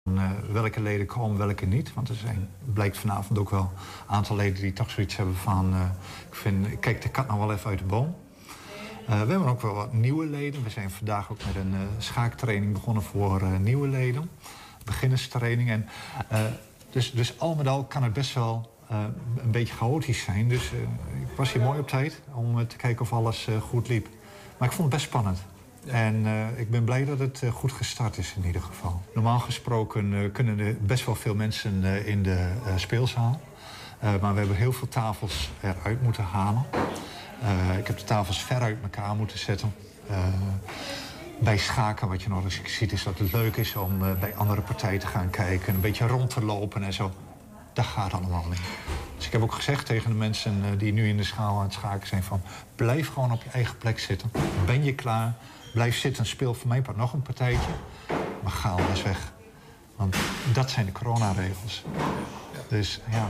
welke leden komen, welke niet. Want blijkt vanavond ook wel een aantal leden die toch zoiets hebben van... ik kijk de kat nou wel even uit de boom. We hebben ook wel wat nieuwe leden. We zijn vandaag ook met een schaaktraining begonnen voor nieuwe leden. Beginnerstraining. En, dus al met al kan het best wel een beetje chaotisch zijn. Dus ik was hier mooi op tijd om te kijken of alles goed liep. Maar ik vond het best spannend. Ja. En ik ben blij dat het goed gestart is in ieder geval. Normaal gesproken kunnen er best wel veel mensen in de speelzaal. Maar we hebben heel veel tafels eruit moeten halen. Ik heb de tafels ver uit elkaar moeten zetten. Bij schaken, wat je nog eens ziet, is dat het leuk is om bij andere partijen te gaan kijken. Een beetje rond te lopen en zo. Dat gaat allemaal niet. Dus ik heb ook gezegd tegen de mensen die nu in de schaal aan het schaken zijn van... blijf gewoon op je eigen plek zitten. Ben je klaar? Blijf zitten en speel voor mij nog een partijtje. Maar ga alles weg. Want dat zijn de coronaregels. Dus ja...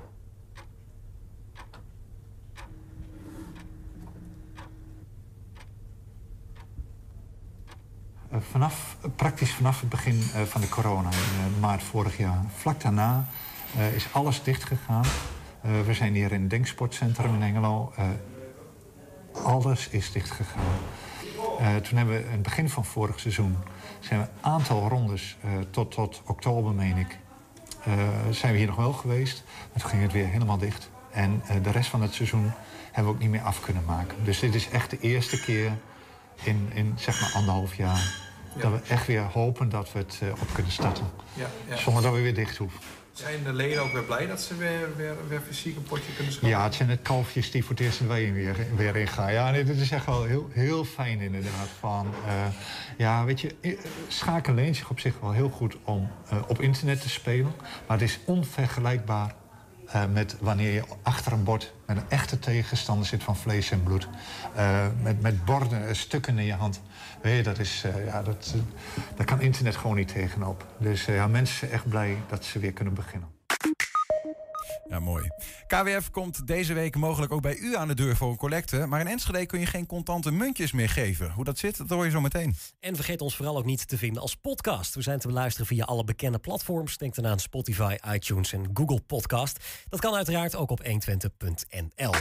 Praktisch vanaf het begin van de corona, in maart vorig jaar. Vlak daarna is alles dichtgegaan. We zijn hier in het Denksportcentrum in Hengelo. Alles is dichtgegaan. Toen hebben we in het begin van vorig seizoen... zijn we een aantal rondes tot oktober, meen ik... zijn we hier nog wel geweest. Maar toen ging het weer helemaal dicht. En de rest van het seizoen hebben we ook niet meer af kunnen maken. Dus dit is echt de eerste keer... In zeg maar 1,5 jaar. Ja. Dat we echt weer hopen dat we het op kunnen starten. Ja. Zonder dat we weer dicht hoeven. Zijn de leden ook weer blij dat ze weer fysiek een potje kunnen schaken? Ja, het zijn het kalfjes die voor het eerst in de wei weer ingaan. Ja, nee, dit is echt wel heel fijn inderdaad. Ja, weet je, schaken leent zich op zich wel heel goed om op internet te spelen. Maar het is onvergelijkbaar met wanneer je achter een bord met een echte tegenstander zit van vlees en bloed. Met borden, stukken in je hand. Weet je, daar kan internet gewoon niet tegenop. Dus mensen zijn echt blij dat ze weer kunnen beginnen. Ja, mooi. KWF komt deze week mogelijk ook bij u aan de deur voor een collecte. Maar in Enschede kun je geen contante muntjes meer geven. Hoe dat zit, dat hoor je zo meteen. En vergeet ons vooral ook niet te vinden als podcast. We zijn te beluisteren via alle bekende platforms. Denk dan aan Spotify, iTunes en Google Podcast. Dat kan uiteraard ook op 120.nl.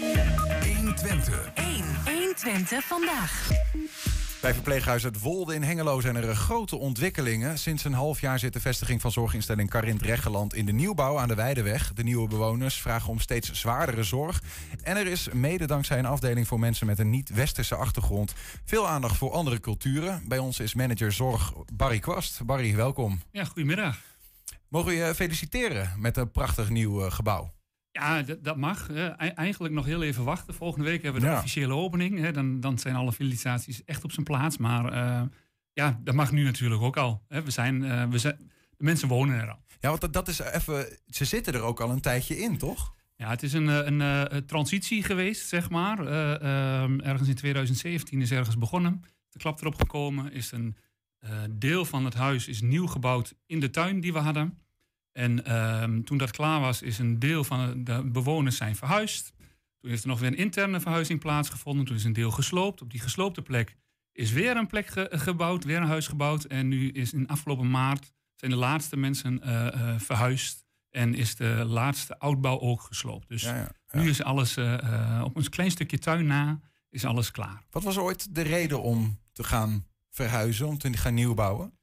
120. 120 vandaag. Bij verpleeghuis Het Wolde in Hengelo zijn er grote ontwikkelingen. Sinds een half jaar zit de vestiging van zorginstelling Carint Reggeland in de nieuwbouw aan de Weideweg. De nieuwe bewoners vragen om steeds zwaardere zorg. En er is mede dankzij een afdeling voor mensen met een niet-westerse achtergrond veel aandacht voor andere culturen. Bij ons is manager zorg Barry Kwast. Barry, welkom. Ja, goedemiddag. Mogen we je feliciteren met een prachtig nieuw gebouw? Ja, dat mag. Eigenlijk nog heel even wachten. Volgende week hebben we de officiële opening. Dan zijn alle felicitaties echt op zijn plaats. Maar dat mag nu natuurlijk ook al. De mensen wonen er al. Ja, want dat is even... Ze zitten er ook al een tijdje in, toch? Ja, het is een transitie geweest, zeg maar. Ergens in 2017 is ergens begonnen. De klap erop gekomen. Is een deel van het huis is nieuw gebouwd in de tuin die we hadden. En toen dat klaar was, is een deel van de bewoners zijn verhuisd. Toen heeft er nog weer een interne verhuizing plaatsgevonden. Toen is een deel gesloopt. Op die gesloopte plek is weer een plek gebouwd, weer een huis gebouwd. En nu is in afgelopen maart zijn de laatste mensen verhuisd. En is de laatste oudbouw ook gesloopt. Dus nu is alles op een klein stukje tuin na, is alles klaar. Wat was ooit de reden om te gaan verhuizen, om te gaan nieuwbouwen?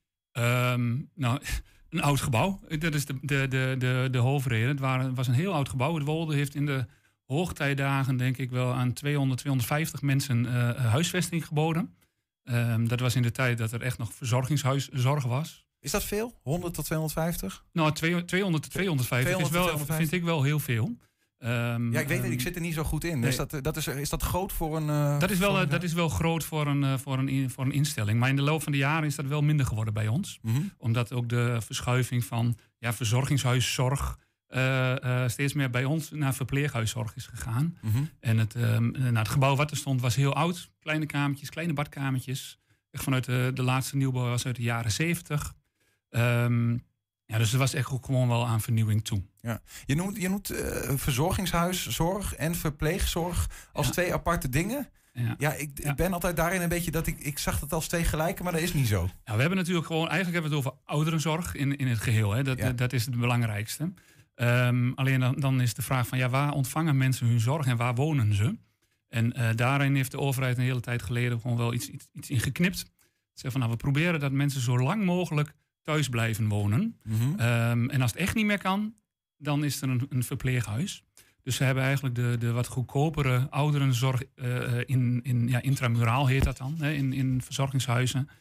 Een oud gebouw. Dat is de hoofdreden. Het was een heel oud gebouw. Het Wolde heeft in de hoogtijdagen denk ik wel aan 200, 250 mensen huisvesting geboden. Dat was in de tijd dat er echt nog verzorgingshuiszorg was. Is dat veel? 100 tot 250? Nou, 200 tot 250 vind ik wel heel veel. Ik weet het, ik zit er niet zo goed in. Nee. Is dat groot voor een... Dat is wel groot voor een instelling. Maar in de loop van de jaren is dat wel minder geworden bij ons. Mm-hmm. Omdat ook de verschuiving van verzorgingshuiszorg steeds meer bij ons naar verpleeghuiszorg is gegaan. Mm-hmm. En het gebouw wat er stond was heel oud. Kleine kamertjes, kleine badkamertjes. Echt vanuit de laatste nieuwbouw was uit de jaren 70. Dus er was echt ook gewoon wel aan vernieuwing toe. Ja. Je noemt verzorgingshuiszorg en verpleegzorg als twee aparte dingen. Ja, ik ben altijd daarin een beetje dat ik zag het als twee gelijke, maar dat is niet zo. Nou, we hebben natuurlijk eigenlijk hebben we het over ouderenzorg in het geheel. Hè. Dat is het belangrijkste. Alleen dan is de vraag van waar ontvangen mensen hun zorg en waar wonen ze? En daarin heeft de overheid een hele tijd geleden gewoon wel iets in geknipt. Zeg van we proberen dat mensen zo lang mogelijk thuis blijven wonen. Mm-hmm. En als het echt niet meer kan, dan is er een verpleeghuis. Dus ze hebben eigenlijk de wat goedkopere ouderenzorg intramuraal heet dat dan, hè, in verzorgingshuizen.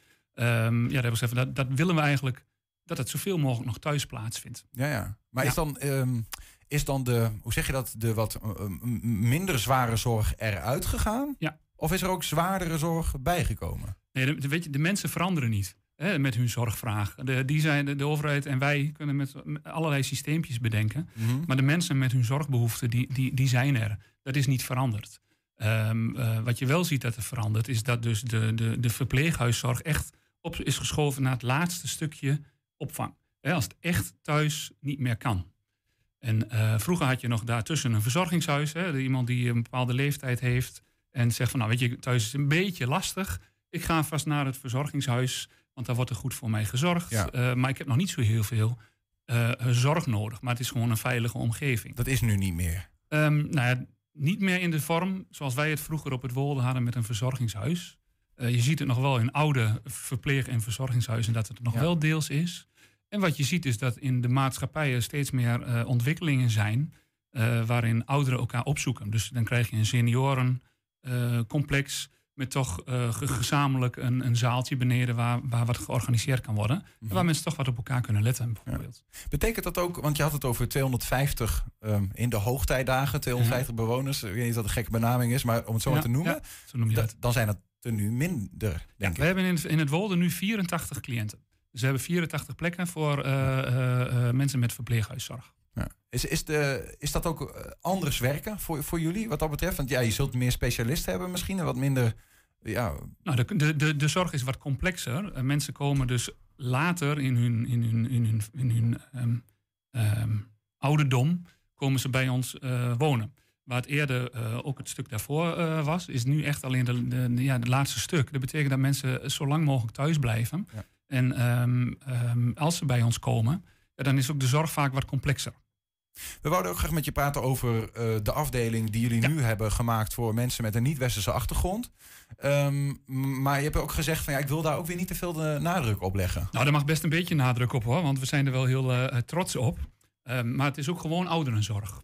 Dat willen we eigenlijk dat het zoveel mogelijk nog thuis plaatsvindt. Ja. Maar is dan de, hoe zeg je dat, de wat minder zware zorg eruit gegaan? Ja. Of is er ook zwaardere zorg bijgekomen? Nee, de mensen veranderen niet met hun zorgvraag. De overheid en wij kunnen met allerlei systeempjes bedenken. Mm-hmm. Maar de mensen met hun zorgbehoeften, die zijn er. Dat is niet veranderd. Wat je wel ziet dat er verandert, is dat dus de verpleeghuiszorg echt is geschoven naar het laatste stukje opvang. Als het echt thuis niet meer kan. En vroeger had je nog daartussen een verzorgingshuis. Iemand die een bepaalde leeftijd heeft en zegt van thuis is een beetje lastig. Ik ga vast naar het verzorgingshuis, want daar wordt er goed voor mij gezorgd. Ja. Maar ik heb nog niet zo heel veel zorg nodig. Maar het is gewoon een veilige omgeving. Dat is nu niet meer. Niet meer in de vorm zoals wij het vroeger op het Wolde hadden met een verzorgingshuis. Je ziet het nog wel in oude verpleeg- en verzorgingshuizen dat het nog wel deels is. En wat je ziet is dat in de maatschappijen steeds meer ontwikkelingen zijn waarin ouderen elkaar opzoeken. Dus dan krijg je een seniorencomplex met toch gezamenlijk een zaaltje beneden waar wat georganiseerd kan worden. En waar mensen toch wat op elkaar kunnen letten, bijvoorbeeld. Ja. Betekent dat ook, want je had het over 250 in de hoogtijdagen, 250 bewoners. Ik weet niet dat een gekke benaming is, maar om het zo maar te noemen. Ja, zo noem je dat. Dan zijn dat er nu minder, denk ik. We hebben in het Wolde nu 84 cliënten. Dus we hebben 84 plekken voor mensen met verpleeghuiszorg. Ja. Is dat ook anders werken voor jullie wat dat betreft? Want je zult meer specialisten hebben misschien en wat minder... Ja. Nou, de zorg is wat complexer. Mensen komen dus later in hun ouderdom komen ze bij ons wonen. Waar het eerder ook het stuk daarvoor was, is nu echt alleen de laatste stuk. Dat betekent dat mensen zo lang mogelijk thuis blijven. Ja. En als ze bij ons komen, dan is ook de zorg vaak wat complexer. We wouden ook graag met je praten over de afdeling die jullie nu hebben gemaakt voor mensen met een niet-westerse achtergrond. Maar je hebt ook gezegd van ik wil daar ook weer niet te veel de nadruk op leggen. Nou, daar mag best een beetje nadruk op hoor, want we zijn er wel heel trots op. Maar het is ook gewoon ouderenzorg.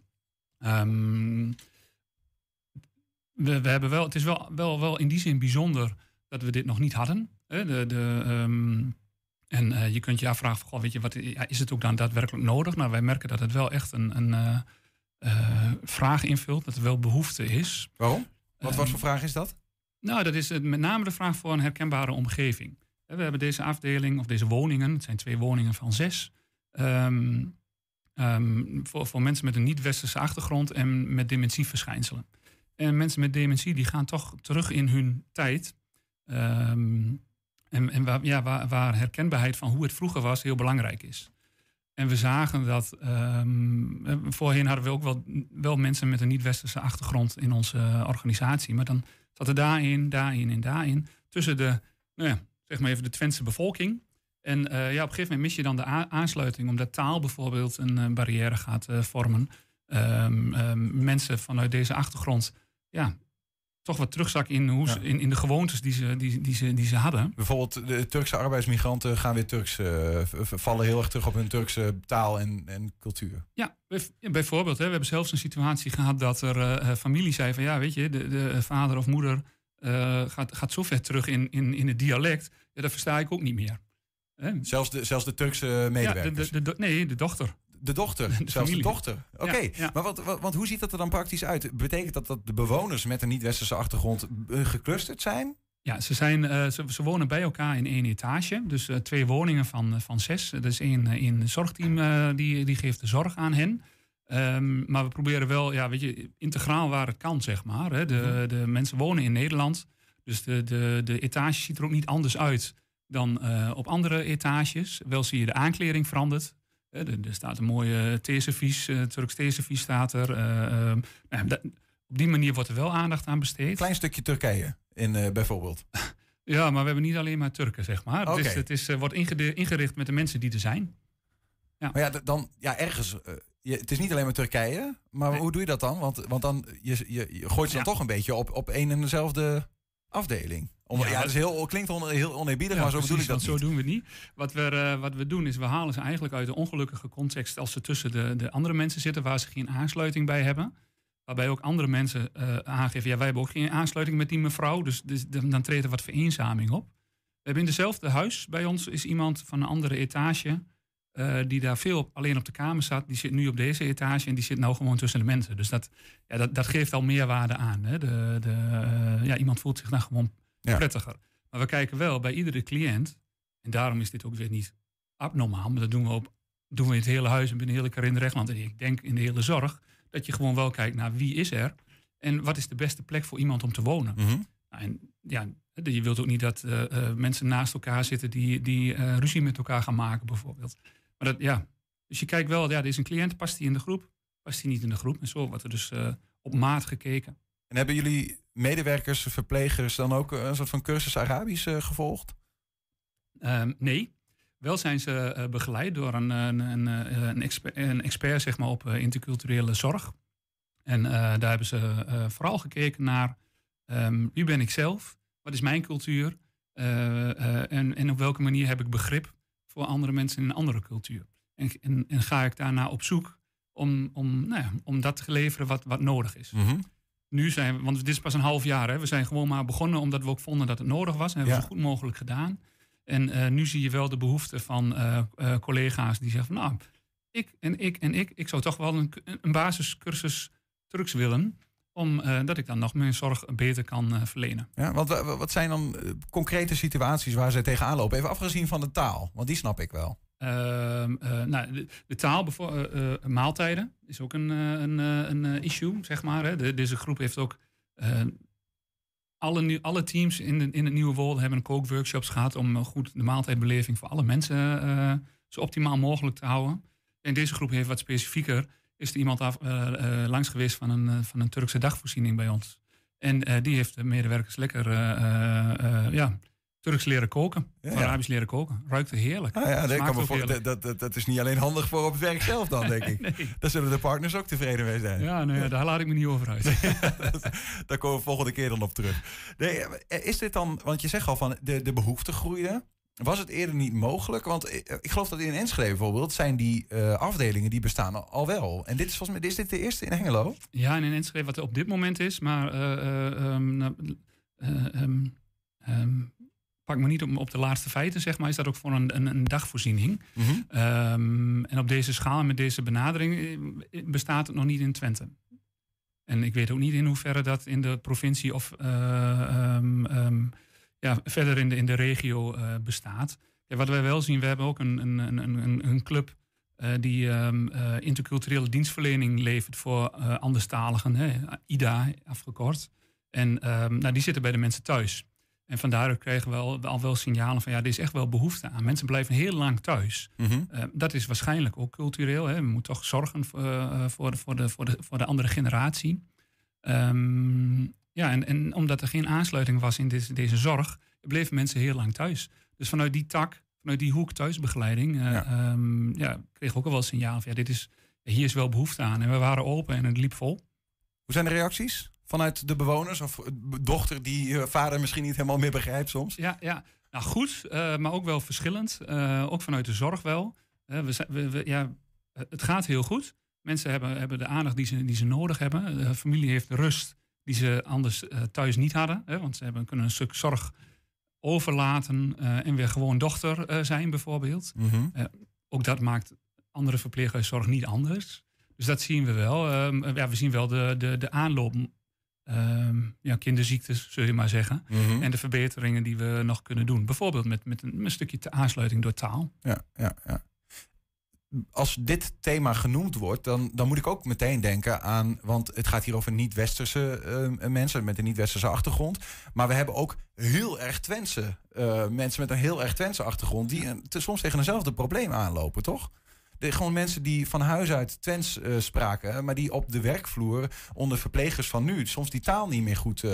We hebben wel, het is wel in die zin bijzonder dat we dit nog niet hadden. En je kunt je afvragen, goh, weet je, is het ook dan daadwerkelijk nodig? Nou, wij merken dat het wel echt een vraag invult, dat er wel behoefte is. Waarom? Wat voor vraag is dat? Nou, dat is met name de vraag voor een herkenbare omgeving. We hebben deze afdeling, of deze woningen, het zijn 2 woningen van 6... voor mensen met een niet-westerse achtergrond en met dementieverschijnselen. En mensen met dementie die gaan toch terug in hun tijd. Waar herkenbaarheid van hoe het vroeger was heel belangrijk is. En we zagen dat... voorheen hadden we ook wel mensen met een niet-westerse achtergrond in onze organisatie. Maar dan zat er daarin. Tussen de Twentse bevolking. En op een gegeven moment mis je dan de aansluiting, omdat taal bijvoorbeeld een barrière gaat vormen. Mensen vanuit deze achtergrond toch wat terugzakken in de gewoontes die ze hadden. Bijvoorbeeld de Turkse arbeidsmigranten gaan weer vallen heel erg terug op hun Turkse taal en cultuur. Ja, bijvoorbeeld. We hebben zelfs een situatie gehad dat er familie zei van weet je, de vader of moeder gaat zo ver terug in het dialect. Ja, dat versta ik ook niet meer. Zelfs de Turkse medewerkers? De dochter. De dochter, zelfs de dochter. Oké, ja. Maar want hoe ziet dat er dan praktisch uit? Betekent dat de bewoners met een niet-westerse achtergrond geclusterd zijn? Ja, ze wonen bij elkaar in 1 etage. Dus 2 woningen van 6. Er is één zorgteam die geeft de zorg aan hen. Maar we proberen wel, integraal waar het kan, zeg maar. Hè. De mensen wonen in Nederland. Dus de etage ziet er ook niet anders uit dan op andere etages. Wel zie je de aankleding verandert. Er staat een mooie theeservies, Turks theeservies staat er. Op die manier wordt er wel aandacht aan besteed. Klein stukje Turkije bijvoorbeeld. Ja, maar we hebben niet alleen maar Turken, zeg maar. Okay. Het wordt ingericht met de mensen die er zijn. Ja. Maar ergens... het is niet alleen maar Turkije, maar Nee. hoe doe je dat dan? Want dan je gooit ze dan toch een beetje op één en dezelfde afdeling. Het klinkt heel oneerbiedig, maar zo bedoel ik dat niet. Zo doen we het niet. Wat we doen is, we halen ze eigenlijk uit de ongelukkige context als ze tussen de andere mensen zitten waar ze geen aansluiting bij hebben. Waarbij ook andere mensen aangeven, wij hebben ook geen aansluiting met die mevrouw. Dus dan treedt er wat vereenzaming op. We hebben in dezelfde huis bij ons is iemand van een andere etage die daar veel alleen op de kamer zat. Die zit nu op deze etage en die zit nou gewoon tussen de mensen. Dus dat geeft al meerwaarde aan. Hè? Iemand voelt zich dan gewoon prettiger. Maar we kijken wel bij iedere cliënt, en daarom is dit ook weer niet abnormaal, maar dat doen we in het hele huis en binnen hele Karin Regland. En ik denk in de hele zorg, dat je gewoon wel kijkt naar wie is er en wat is de beste plek voor iemand om te wonen. Mm-hmm. Je wilt ook niet dat mensen naast elkaar zitten die ruzie met elkaar gaan maken bijvoorbeeld. Maar dus je kijkt wel, er is een cliënt, past die in de groep, past die niet in de groep. En zo wordt er dus op maat gekeken. En hebben jullie medewerkers, verplegers dan ook een soort van cursus Arabisch gevolgd? Nee. Wel zijn ze begeleid door een expert zeg maar, op interculturele zorg. En daar hebben ze vooral gekeken naar wie ben ik zelf, wat is mijn cultuur en op welke manier heb ik begrip voor andere mensen in een andere cultuur. En ga ik daarna op zoek om dat te leveren wat nodig is. Mm-hmm. Nu want dit is pas een half jaar, hè, we zijn gewoon maar begonnen omdat we ook vonden dat het nodig was. En hebben we zo goed mogelijk gedaan. En nu zie je wel de behoefte van collega's die zeggen van ik zou toch wel een basiscursus Turks willen, omdat ik dan nog mijn zorg beter kan verlenen. Ja, want wat zijn dan concrete situaties waar zij tegenaan lopen? Even afgezien van de taal, want die snap ik wel. De taal, maaltijden, is ook een issue, zeg maar. Hè. Deze groep heeft ook... Alle teams in het Nieuwe Wolde hebben kookworkshops gehad om goed de maaltijdbeleving voor alle mensen zo optimaal mogelijk te houden. En deze groep heeft wat specifieker. Is er iemand langs geweest van een Turkse dagvoorziening bij ons. En die heeft de medewerkers lekker Turks leren koken. Of Arabisch leren koken. Ruikt er heerlijk. Dat is niet alleen handig voor op het werk zelf dan, denk ik. Nee. Daar zullen de partners ook tevreden mee zijn. Ja, daar laat ik me niet over uit. Daar komen we volgende keer dan op terug. Nee, is dit dan, want je zegt al van de behoefte groeide. Was het eerder niet mogelijk? Want ik geloof dat in Enschede bijvoorbeeld zijn die afdelingen die bestaan al wel. En is dit de eerste in Hengelo? Ja, en in Enschede wat er op dit moment is, maar pak me niet op de laatste feiten, zeg maar, is dat ook voor een dagvoorziening. Mm-hmm. En op deze schaal en met deze benadering bestaat het nog niet in Twente. En ik weet ook niet in hoeverre dat in de provincie of verder in de regio bestaat. Ja, wat wij wel zien, we hebben ook een club die interculturele dienstverlening levert voor anderstaligen, IDA afgekort. En die zitten bij de mensen thuis. En vandaar krijgen we al wel signalen van er is echt wel behoefte aan. Mensen blijven heel lang thuis. Mm-hmm. Dat is waarschijnlijk ook cultureel. Hè. We moeten toch zorgen voor de andere generatie. En omdat er geen aansluiting was in deze zorg, bleven mensen heel lang thuis. Dus vanuit die tak, vanuit die hoek thuisbegeleiding, kreeg ik ook al wel signaal van hier is wel behoefte aan. En we waren open en het liep vol. Hoe zijn de reacties vanuit de bewoners of dochter die vader misschien niet helemaal meer begrijpt soms? Ja. Nou goed, maar ook wel verschillend. Ook vanuit de zorg wel. Het gaat heel goed. Mensen hebben de aandacht die ze nodig hebben. De familie heeft de rust die ze anders thuis niet hadden. Want ze kunnen een stuk zorg overlaten en weer gewoon dochter zijn bijvoorbeeld. Mm-hmm. Ook dat maakt andere verpleeghuiszorg niet anders. Dus dat zien we wel. We zien wel de aanloop. Kinderziektes, zul je maar zeggen. Mm-hmm. En de verbeteringen die we nog kunnen doen. Bijvoorbeeld met een stukje aansluiting door taal. Ja. Als dit thema genoemd wordt, dan moet ik ook meteen denken aan... want het gaat hier over niet-westerse mensen met een niet-westerse achtergrond. Maar we hebben ook heel erg Twentse mensen met een heel erg Twentse achtergrond... die soms tegen eenzelfde probleem aanlopen, toch? Gewoon mensen die van huis uit Twents spraken, maar die op de werkvloer onder verplegers van nu soms die taal niet meer goed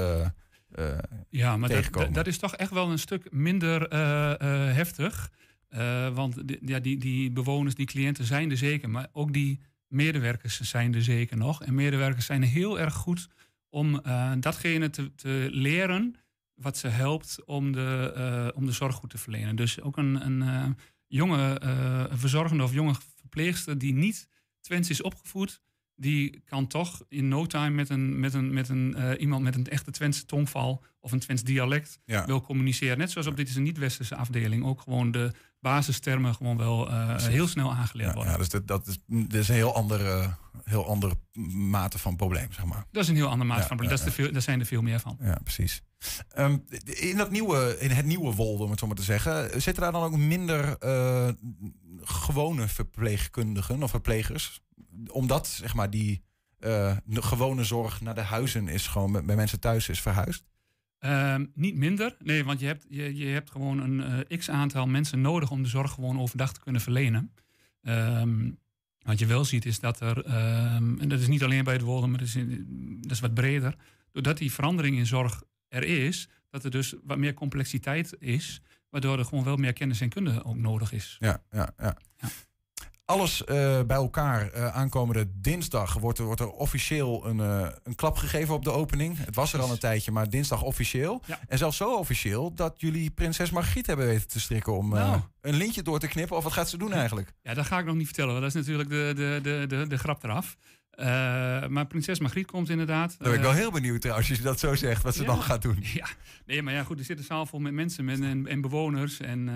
ja, maar tegenkomen. Dat is toch echt wel een stuk minder heftig. Want die bewoners, die cliënten zijn er zeker. Maar ook die medewerkers zijn er zeker nog. En medewerkers zijn heel erg goed om datgene te leren wat ze helpt om de zorg goed te verlenen. Dus ook een jonge verzorgende of jonge verpleegster die niet Twents is opgevoed, die kan toch in no time met iemand met een echte Twentse tongval of een Twents dialect wil communiceren. Net zoals dit is een niet-westerse afdeling ook gewoon de basistermen gewoon wel heel snel aangeleerd worden. Ja, dus dat is een heel andere mate van probleem, zeg maar. Dat is een heel andere mate van probleem. Daar zijn er veel meer van. Ja, precies. In het nieuwe Wolde, om het zo maar te zeggen, zitten daar dan ook minder gewone verpleegkundigen of verplegers? Omdat, zeg maar, die gewone zorg naar de huizen is gewoon bij mensen thuis is verhuisd? Niet minder. Nee, want je hebt gewoon een x-aantal mensen nodig om de zorg gewoon overdag te kunnen verlenen. Wat je wel ziet is dat er, en dat is niet alleen bij het Wolde, maar dat is wat breder. Doordat die verandering in zorg er is, dat er dus wat meer complexiteit is, waardoor er gewoon wel meer kennis en kunde ook nodig is. Ja. Alles bij elkaar aankomende dinsdag wordt er officieel een klap gegeven op de opening. Het was er al een tijdje, maar dinsdag officieel. Ja. En zelfs zo officieel dat jullie prinses Margriet hebben weten te strikken om een lintje door te knippen. Of wat gaat ze doen eigenlijk? Ja, dat ga ik nog niet vertellen, want dat is natuurlijk de grap eraf. Maar prinses Margriet komt inderdaad. Dan ben ik wel heel benieuwd trouwens, als je dat zo zegt, wat ze dan gaat doen. Ja, nee, maar ja, goed, er zit een zaal vol met mensen en bewoners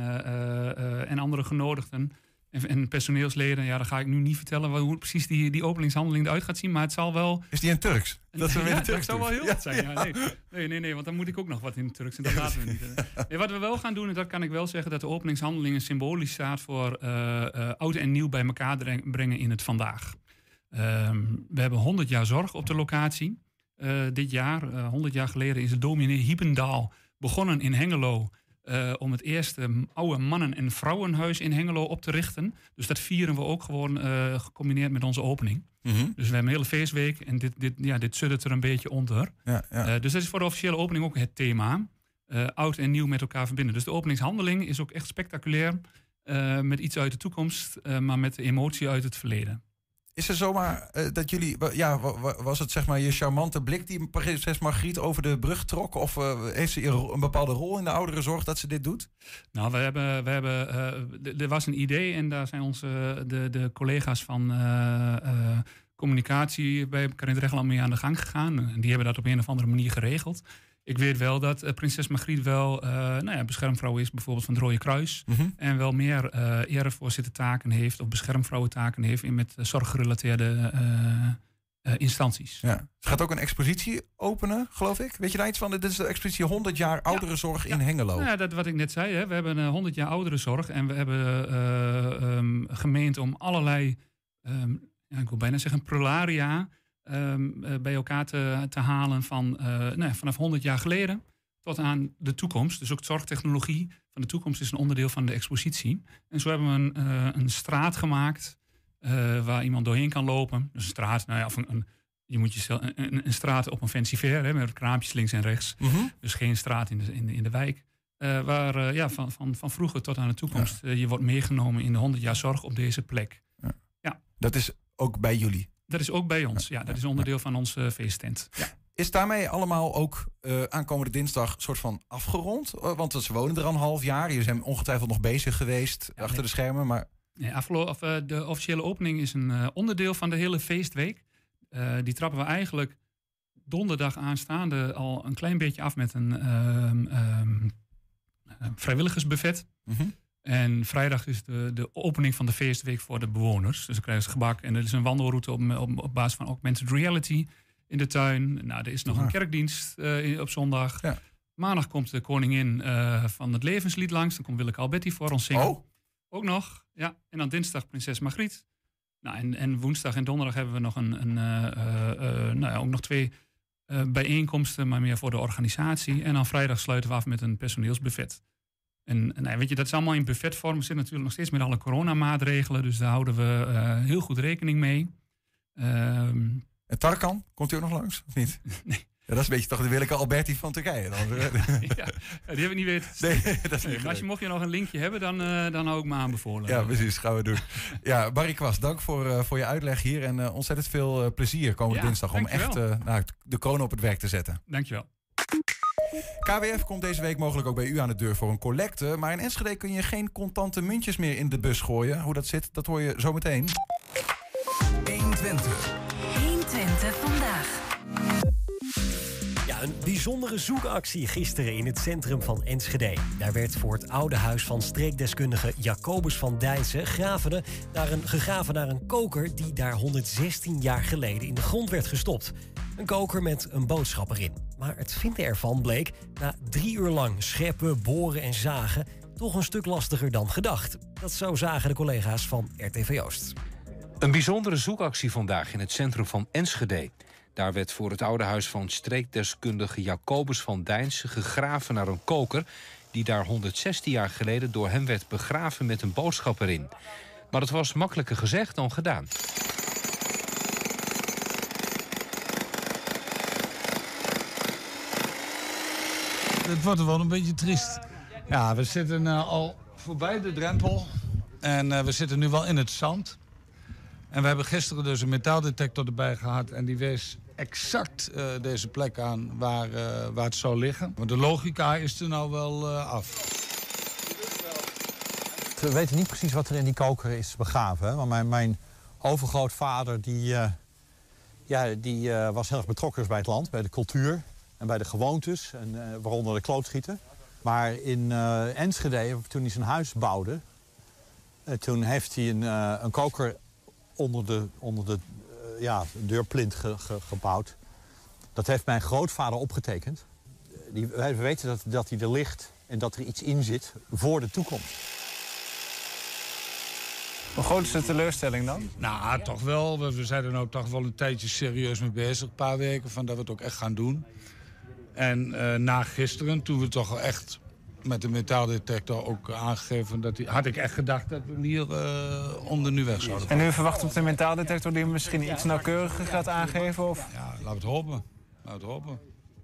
en andere genodigden. En personeelsleden, ja, dan ga ik nu niet vertellen hoe precies die openingshandeling eruit gaat zien. Maar het zal wel... Is die in Turks? Dat zou wel heel wat zijn. Ja, nee, want dan moet ik ook nog wat in het Turks. En dat laten we niet. Nee, wat we wel gaan doen, en dat kan ik wel zeggen, dat de openingshandeling symbolisch staat voor oud en nieuw bij elkaar brengen in het vandaag. We hebben 100 jaar zorg op de locatie. Dit jaar, 100 jaar geleden, is het dominee Hiependaal begonnen in Hengelo om het eerste oude mannen- en vrouwenhuis in Hengelo op te richten. Dus dat vieren we ook gewoon gecombineerd met onze opening. Mm-hmm. Dus we hebben een hele feestweek en dit suddert er een beetje onder. Ja. Dus dat is voor de officiële opening ook het thema. Oud en nieuw met elkaar verbinden. Dus de openingshandeling is ook echt spectaculair. Met iets uit de toekomst, maar met de emotie uit het verleden. Is er zomaar dat jullie... Ja, was het zeg maar je charmante blik die prinses Margriet over de brug trok? Of heeft ze een bepaalde rol in de ouderenzorg dat ze dit doet? Nou, we hebben er was een idee en daar zijn de collega's van communicatie bij Karint Reggeland mee aan de gang gegaan. En die hebben dat op een of andere manier geregeld. Ik weet wel dat prinses Margriet wel beschermvrouw is, bijvoorbeeld van het Rode Kruis. Mm-hmm. En wel meer erevoorzittertaken heeft of beschermvrouwentaken heeft met zorggerelateerde instanties. Ja. Ze gaat ook een expositie openen, geloof ik. Weet je daar iets van? Dit is de expositie 100 jaar ouderenzorg in Hengelo. Ja, dat wat ik net zei. Hè. We hebben 100 jaar ouderenzorg en we hebben gemeend om allerlei, ik wil bijna zeggen prularia, bij elkaar te halen van vanaf 100 jaar geleden tot aan de toekomst. Dus ook zorgtechnologie van de toekomst is een onderdeel van de expositie. En zo hebben we een straat gemaakt waar iemand doorheen kan lopen. Dus een straat, je moet jezelf een straat op een fancy fair, hè, met kraampjes links en rechts. Mm-hmm. Dus geen straat in de wijk. Waar van vroeger tot aan de toekomst je wordt meegenomen in de 100 jaar zorg op deze plek. Ja. Dat is ook bij jullie? Dat is ook bij ons. Ja, dat is onderdeel van onze feesttent. Ja. Is daarmee allemaal ook aankomende dinsdag soort van afgerond? Want ze wonen er al een half jaar. Jullie zijn ongetwijfeld nog bezig geweest achter de schermen. Maar... de officiële opening is een onderdeel van de hele feestweek. Die trappen we eigenlijk donderdag aanstaande al een klein beetje af met een vrijwilligersbuffet. Mm-hmm. En vrijdag is de opening van de feestweek voor de bewoners. Dus dan krijgen ze gebak. En er is een wandelroute op basis van augmented reality in de tuin. Nou, er is nog een kerkdienst op zondag. Ja. Maandag komt de koningin van het levenslied langs. Dan komt Willeke Alberti voor ons zingen. Oh. Ook nog. Ja. En dan dinsdag prinses Margriet. Nou, en woensdag en donderdag hebben we nog ook nog 2 bijeenkomsten, maar meer voor de organisatie. En dan vrijdag sluiten we af met een personeelsbuffet. En weet je, dat is allemaal in buffetvorm. We zitten natuurlijk nog steeds met alle coronamaatregelen. Dus daar houden we heel goed rekening mee. En Tarkan, komt u ook nog langs, of niet? Nee. Ja, dat is een beetje toch de Willeke Alberti van Turkije. Dan. Ja, die heb ik niet weten. Nee, dat is niet maar mocht je nog een linkje hebben, dan hou ik me aanbevolen. Ja, precies. Gaan we doen. Ja, Barry Kwast, dank voor je uitleg hier. En ontzettend veel plezier komende dinsdag om echt de kroon op het werk te zetten. Dankjewel. KWF komt deze week mogelijk ook bij u aan de deur voor een collecte. Maar in Enschede kun je geen contante muntjes meer in de bus gooien. Hoe dat zit, dat hoor je zo meteen. 120. 120 vandaag. Ja, een bijzondere zoekactie gisteren in het centrum van Enschede. Daar werd voor het oude huis van streekdeskundige Jacobus van Dijnsen gegraven naar een koker die daar 116 jaar geleden in de grond werd gestopt. Een koker met een boodschap erin. Maar het vinden ervan bleek na 3 uur lang scheppen, boren en zagen toch een stuk lastiger dan gedacht. Dat zo zagen de collega's van RTV Oost. Een bijzondere zoekactie vandaag in het centrum van Enschede. Daar werd voor het oude huis van streekdeskundige Jacobus van Dijnsen gegraven naar een koker die daar 116 jaar geleden door hem werd begraven met een boodschap erin. Maar het was makkelijker gezegd dan gedaan. Het wordt wel een beetje triest. Ja, we zitten al voorbij de drempel. En we zitten nu wel in het zand. En we hebben gisteren dus een metaaldetector erbij gehad. En die wees exact deze plek aan waar het zou liggen. Maar de logica is er nou wel af. We weten niet precies wat er in die koker is begraven. Hè? Maar mijn overgrootvader die was heel erg betrokken bij het land, bij de cultuur en bij de gewoontes. En, waaronder de klootschieten. Maar in Enschede, toen hij zijn huis bouwde, toen heeft hij een koker onder de deurplint gebouwd. Dat heeft mijn grootvader opgetekend. We weten dat hij er ligt en dat er iets in zit voor de toekomst. Hoe groot is de teleurstelling dan? Nou, toch wel. We zijn er nou toch wel een tijdje serieus mee bezig. Een paar weken van dat we het ook echt gaan doen. En na gisteren, toen we toch echt met de metaaldetector ook aangegeven, had ik echt gedacht dat we hem hier onder nu weg zouden. En u verwacht op de metaaldetector die hem misschien iets nauwkeuriger gaat aangeven? Of? Ja, laten we het hopen. Laten we het hopen.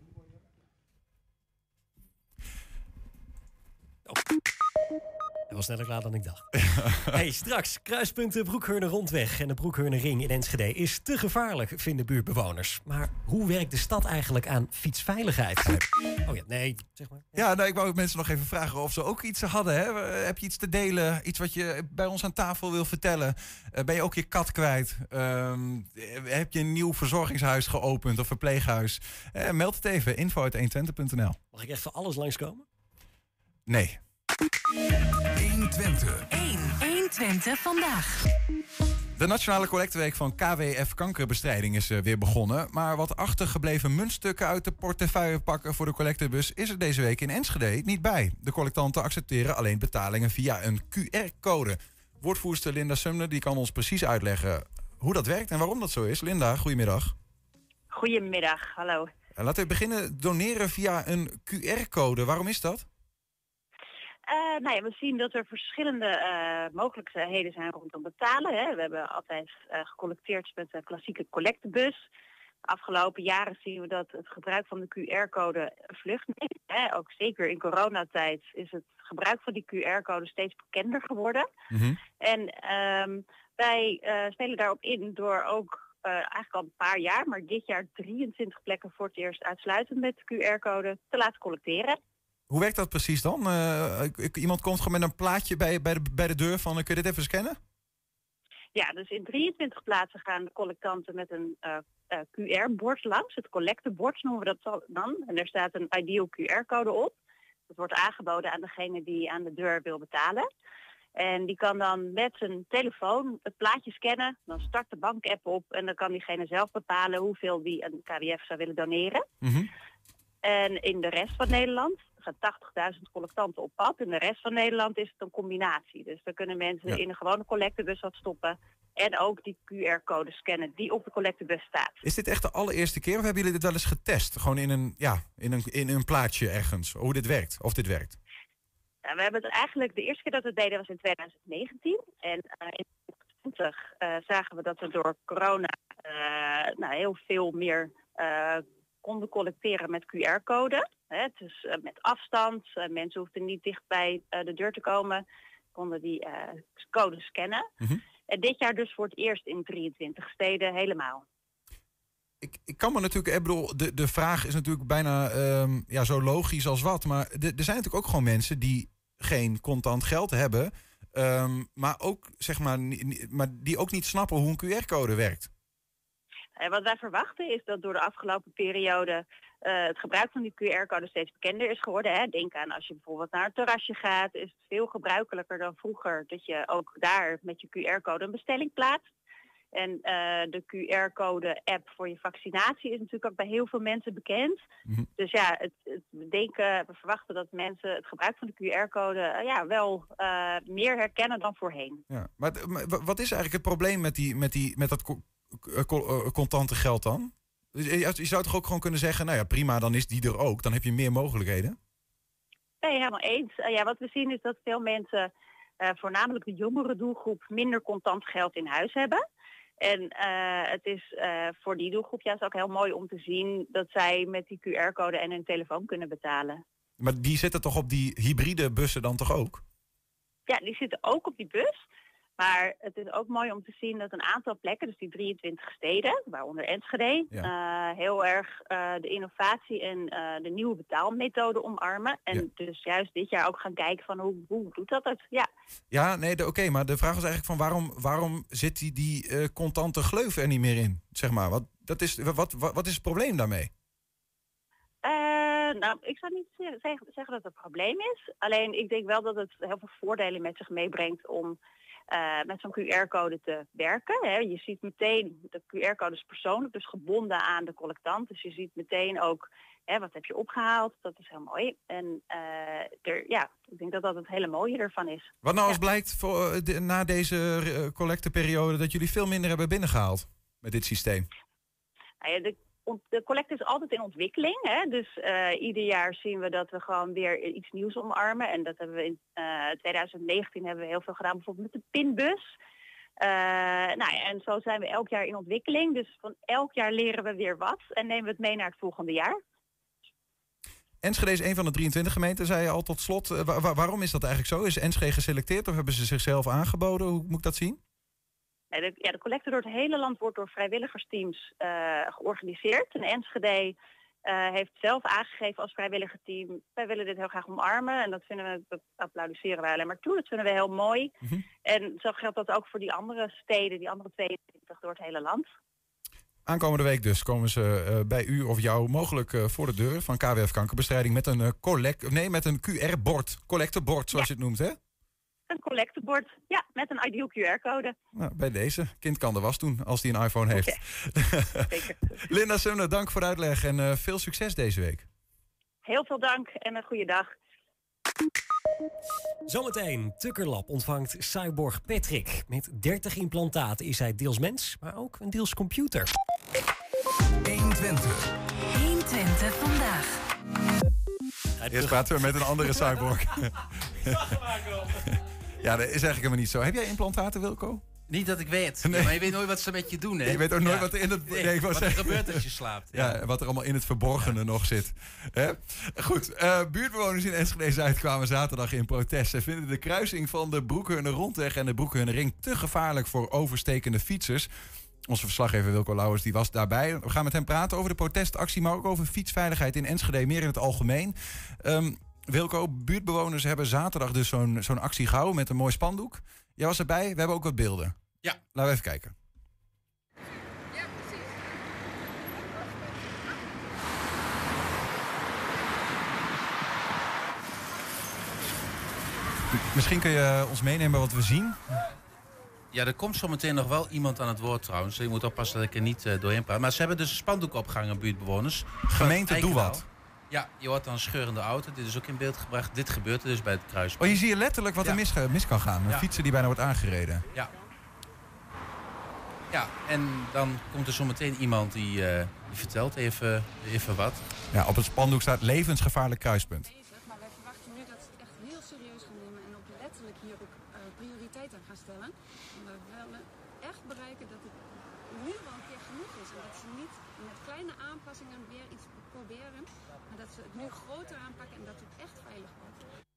Dat was sneller klaar dan ik dacht. Hey, straks, kruispunten Broekheurne Rondweg en de Broekheurne Ring in Enschede is te gevaarlijk, vinden buurtbewoners. Maar hoe werkt de stad eigenlijk aan fietsveiligheid? Oh ja, nee, zeg maar. Ja, nou, ik wou mensen nog even vragen of ze ook iets hadden. Hè? Heb je iets te delen? Iets wat je bij ons aan tafel wil vertellen? Ben je ook je kat kwijt? Heb je een nieuw verzorgingshuis geopend of verpleeghuis? Meld het even, info@120.nl. Mag ik echt voor alles langskomen? Nee. 120. 120 vandaag. De Nationale Collecteweek van KWF Kankerbestrijding is weer begonnen. Maar wat achtergebleven muntstukken uit de portefeuille pakken voor de collectebus is er deze week in Enschede niet bij. De collectanten accepteren alleen betalingen via een QR-code. Woordvoerster Linda Sumner die kan ons precies uitleggen hoe dat werkt en waarom dat zo is. Linda, goedemiddag. Goedemiddag, hallo. Laten we beginnen. Doneren via een QR-code. Waarom is dat? We zien dat er verschillende mogelijkheden zijn rondom betalen. Hè. We hebben altijd gecollecteerd met een klassieke collectebus. De afgelopen jaren zien we dat het gebruik van de QR-code vlucht neemt. Hè. Ook zeker in coronatijd is het gebruik van die QR-code steeds bekender geworden. Mm-hmm. En wij spelen daarop in door ook eigenlijk al een paar jaar, maar dit jaar 23 plekken voor het eerst uitsluitend met de QR-code te laten collecteren. Hoe werkt dat precies dan? Iemand komt gewoon met een plaatje bij de deur van, kun je dit even scannen? Ja, dus in 23 plaatsen gaan de collectanten met een QR-bord langs. Het collectebord noemen we dat dan. En er staat een ideal QR-code op. Dat wordt aangeboden aan degene die aan de deur wil betalen. En die kan dan met zijn telefoon het plaatje scannen. Dan start de bankapp op en dan kan diegene zelf bepalen hoeveel die aan KWF zou willen doneren. Mm-hmm. En in de rest van Nederland gaan 80.000 collectanten op pad. In de rest van Nederland is het een combinatie. Dus dan kunnen mensen in een gewone collectebus wat stoppen en ook die QR-code scannen die op de collectebus staat. Is dit echt de allereerste keer of hebben jullie dit wel eens getest? Gewoon in een plaatje ergens, hoe dit werkt, of dit werkt? Ja, we hebben het eigenlijk, de eerste keer dat we het deden was in 2019. En in 2020 zagen we dat we door corona heel veel meer konden collecteren met QR-code. Dus met afstand, mensen hoefden niet dicht bij de deur te komen, konden die codes scannen. Mm-hmm. En dit jaar dus voor het eerst in 23 steden helemaal. Ik kan me natuurlijk, ik bedoel, de vraag is natuurlijk bijna zo logisch als wat. Maar er zijn natuurlijk ook gewoon mensen die geen contant geld hebben. Maar ook, zeg maar die ook niet snappen hoe een QR-code werkt. Wat wij verwachten is dat door de afgelopen periode het gebruik van die QR-code steeds bekender is geworden. Hè. Denk aan als je bijvoorbeeld naar een terrasje gaat, is het veel gebruikelijker dan vroeger dat je ook daar met je QR-code een bestelling plaatst. En de QR-code-app voor je vaccinatie is natuurlijk ook bij heel veel mensen bekend. Mm-hmm. Dus ja, we verwachten dat mensen het gebruik van de QR-code wel meer herkennen dan voorheen. Ja, maar wat is eigenlijk het probleem met dat contante geld dan? Je zou toch ook gewoon kunnen zeggen, nou ja, prima, dan is die er ook. Dan heb je meer mogelijkheden. Nee, helemaal eens. Wat we zien is dat veel mensen, voornamelijk de jongere doelgroep, minder contant geld in huis hebben. En het is voor die doelgroep juist ook heel mooi om te zien dat zij met die QR-code en hun telefoon kunnen betalen. Maar die zitten toch op die hybride bussen dan toch ook? Ja, die zitten ook op die bus. Maar het is ook mooi om te zien dat een aantal plekken, dus die 23 steden, waaronder Enschede, heel erg de innovatie en de nieuwe betaalmethode omarmen. En dus juist dit jaar ook gaan kijken van hoe doet dat? Ja, nee, oké, maar de vraag is eigenlijk van waarom zit die contante gleuf er niet meer in? Zeg maar, wat is het probleem daarmee? Ik zou niet zeggen dat het een probleem is. Alleen ik denk wel dat het heel veel voordelen met zich meebrengt om met zo'n QR-code te werken. Hè. Je ziet meteen, de QR-code is persoonlijk, dus gebonden aan de collectant. Dus je ziet meteen ook, wat heb je opgehaald? Dat is heel mooi. En ik denk dat dat het hele mooie ervan is. Wat nou als blijkt na deze collecteperiode dat jullie veel minder hebben binnengehaald met dit systeem? De collecte is altijd in ontwikkeling. Hè? Dus ieder jaar zien we dat we gewoon weer iets nieuws omarmen. En dat hebben we in 2019 hebben we heel veel gedaan, bijvoorbeeld met de pinbus. En zo zijn we elk jaar in ontwikkeling. Dus van elk jaar leren we weer wat en nemen we het mee naar het volgende jaar. Enschede is een van de 23 gemeenten, zei je al tot slot. Waarom is dat eigenlijk zo? Is Enschede geselecteerd of hebben ze zichzelf aangeboden? Hoe moet ik dat zien? De collecte door het hele land wordt door vrijwilligersteams georganiseerd. En Enschede heeft zelf aangegeven als vrijwilligerteam, wij willen dit heel graag omarmen. En dat applaudisseren wij alleen maar toe. Dat vinden we heel mooi. Mm-hmm. En zo geldt dat ook voor die andere steden, die andere 22 door het hele land. Aankomende week dus komen ze bij u of jou mogelijk voor de deur van KWF Kankerbestrijding met een QR-bord, collectebord zoals je het noemt, hè? Een collectebord, met een Ideal QR-code. Nou, bij deze. Kind kan de was doen als hij een iPhone heeft. Zeker. Linda Sumner, dank voor de uitleg en veel succes deze week. Heel veel dank en een goede dag. Zometeen, Tukkerlab ontvangt cyborg Patrick. Met 30 implantaten is hij deels mens, maar ook een deels computer. 120. 120 vandaag. Eerst praten we met een andere cyborg. Ja, dat is eigenlijk helemaal niet zo. Heb jij implantaten, Wilco? Niet dat ik weet. Nee. Ja, maar je weet nooit wat ze met je doen, hè? Je weet ook nooit wat er in het... wat er gebeurt als je slaapt. Ja, wat er allemaal in het verborgene nog zit. Goed, buurtbewoners in Enschede-Zuid kwamen zaterdag in protest. Ze vinden de kruising van de Broekheuner Rondweg en de Broekheuner Ring te gevaarlijk voor overstekende fietsers. Onze verslaggever Wilco Lauwers die was daarbij. We gaan met hem praten over de protestactie, maar ook over fietsveiligheid in Enschede, meer in het algemeen. Wilco, buurtbewoners hebben zaterdag dus zo'n actie gehouden met een mooi spandoek. Jij was erbij, we hebben ook wat beelden. Ja. Laten we even kijken. Ja, precies. Misschien kun je ons meenemen wat we zien. Ja, er komt zometeen nog wel iemand aan het woord trouwens. Je moet oppassen dat ik er niet doorheen praat. Maar ze hebben dus een spandoek opgehangen, buurtbewoners. Gemeente, doe wat. Ja, je hoort dan een scheurende auto. Dit is ook in beeld gebracht. Dit gebeurt er dus bij het kruispunt. Oh, je ziet letterlijk wat er mis kan gaan. Een fietser die bijna wordt aangereden. Ja. Ja, en dan komt er zometeen iemand die vertelt even wat. Ja, op het spandoek staat levensgevaarlijk kruispunt. Maar wij verwachten nu dat het echt heel serieus we willen echt bereiken dat het nu wel een keer genoeg is. En dat ze niet met kleine aanpassingen weer iets proberen, maar dat ze het nu groter aanpakken en dat het echt veilig wordt.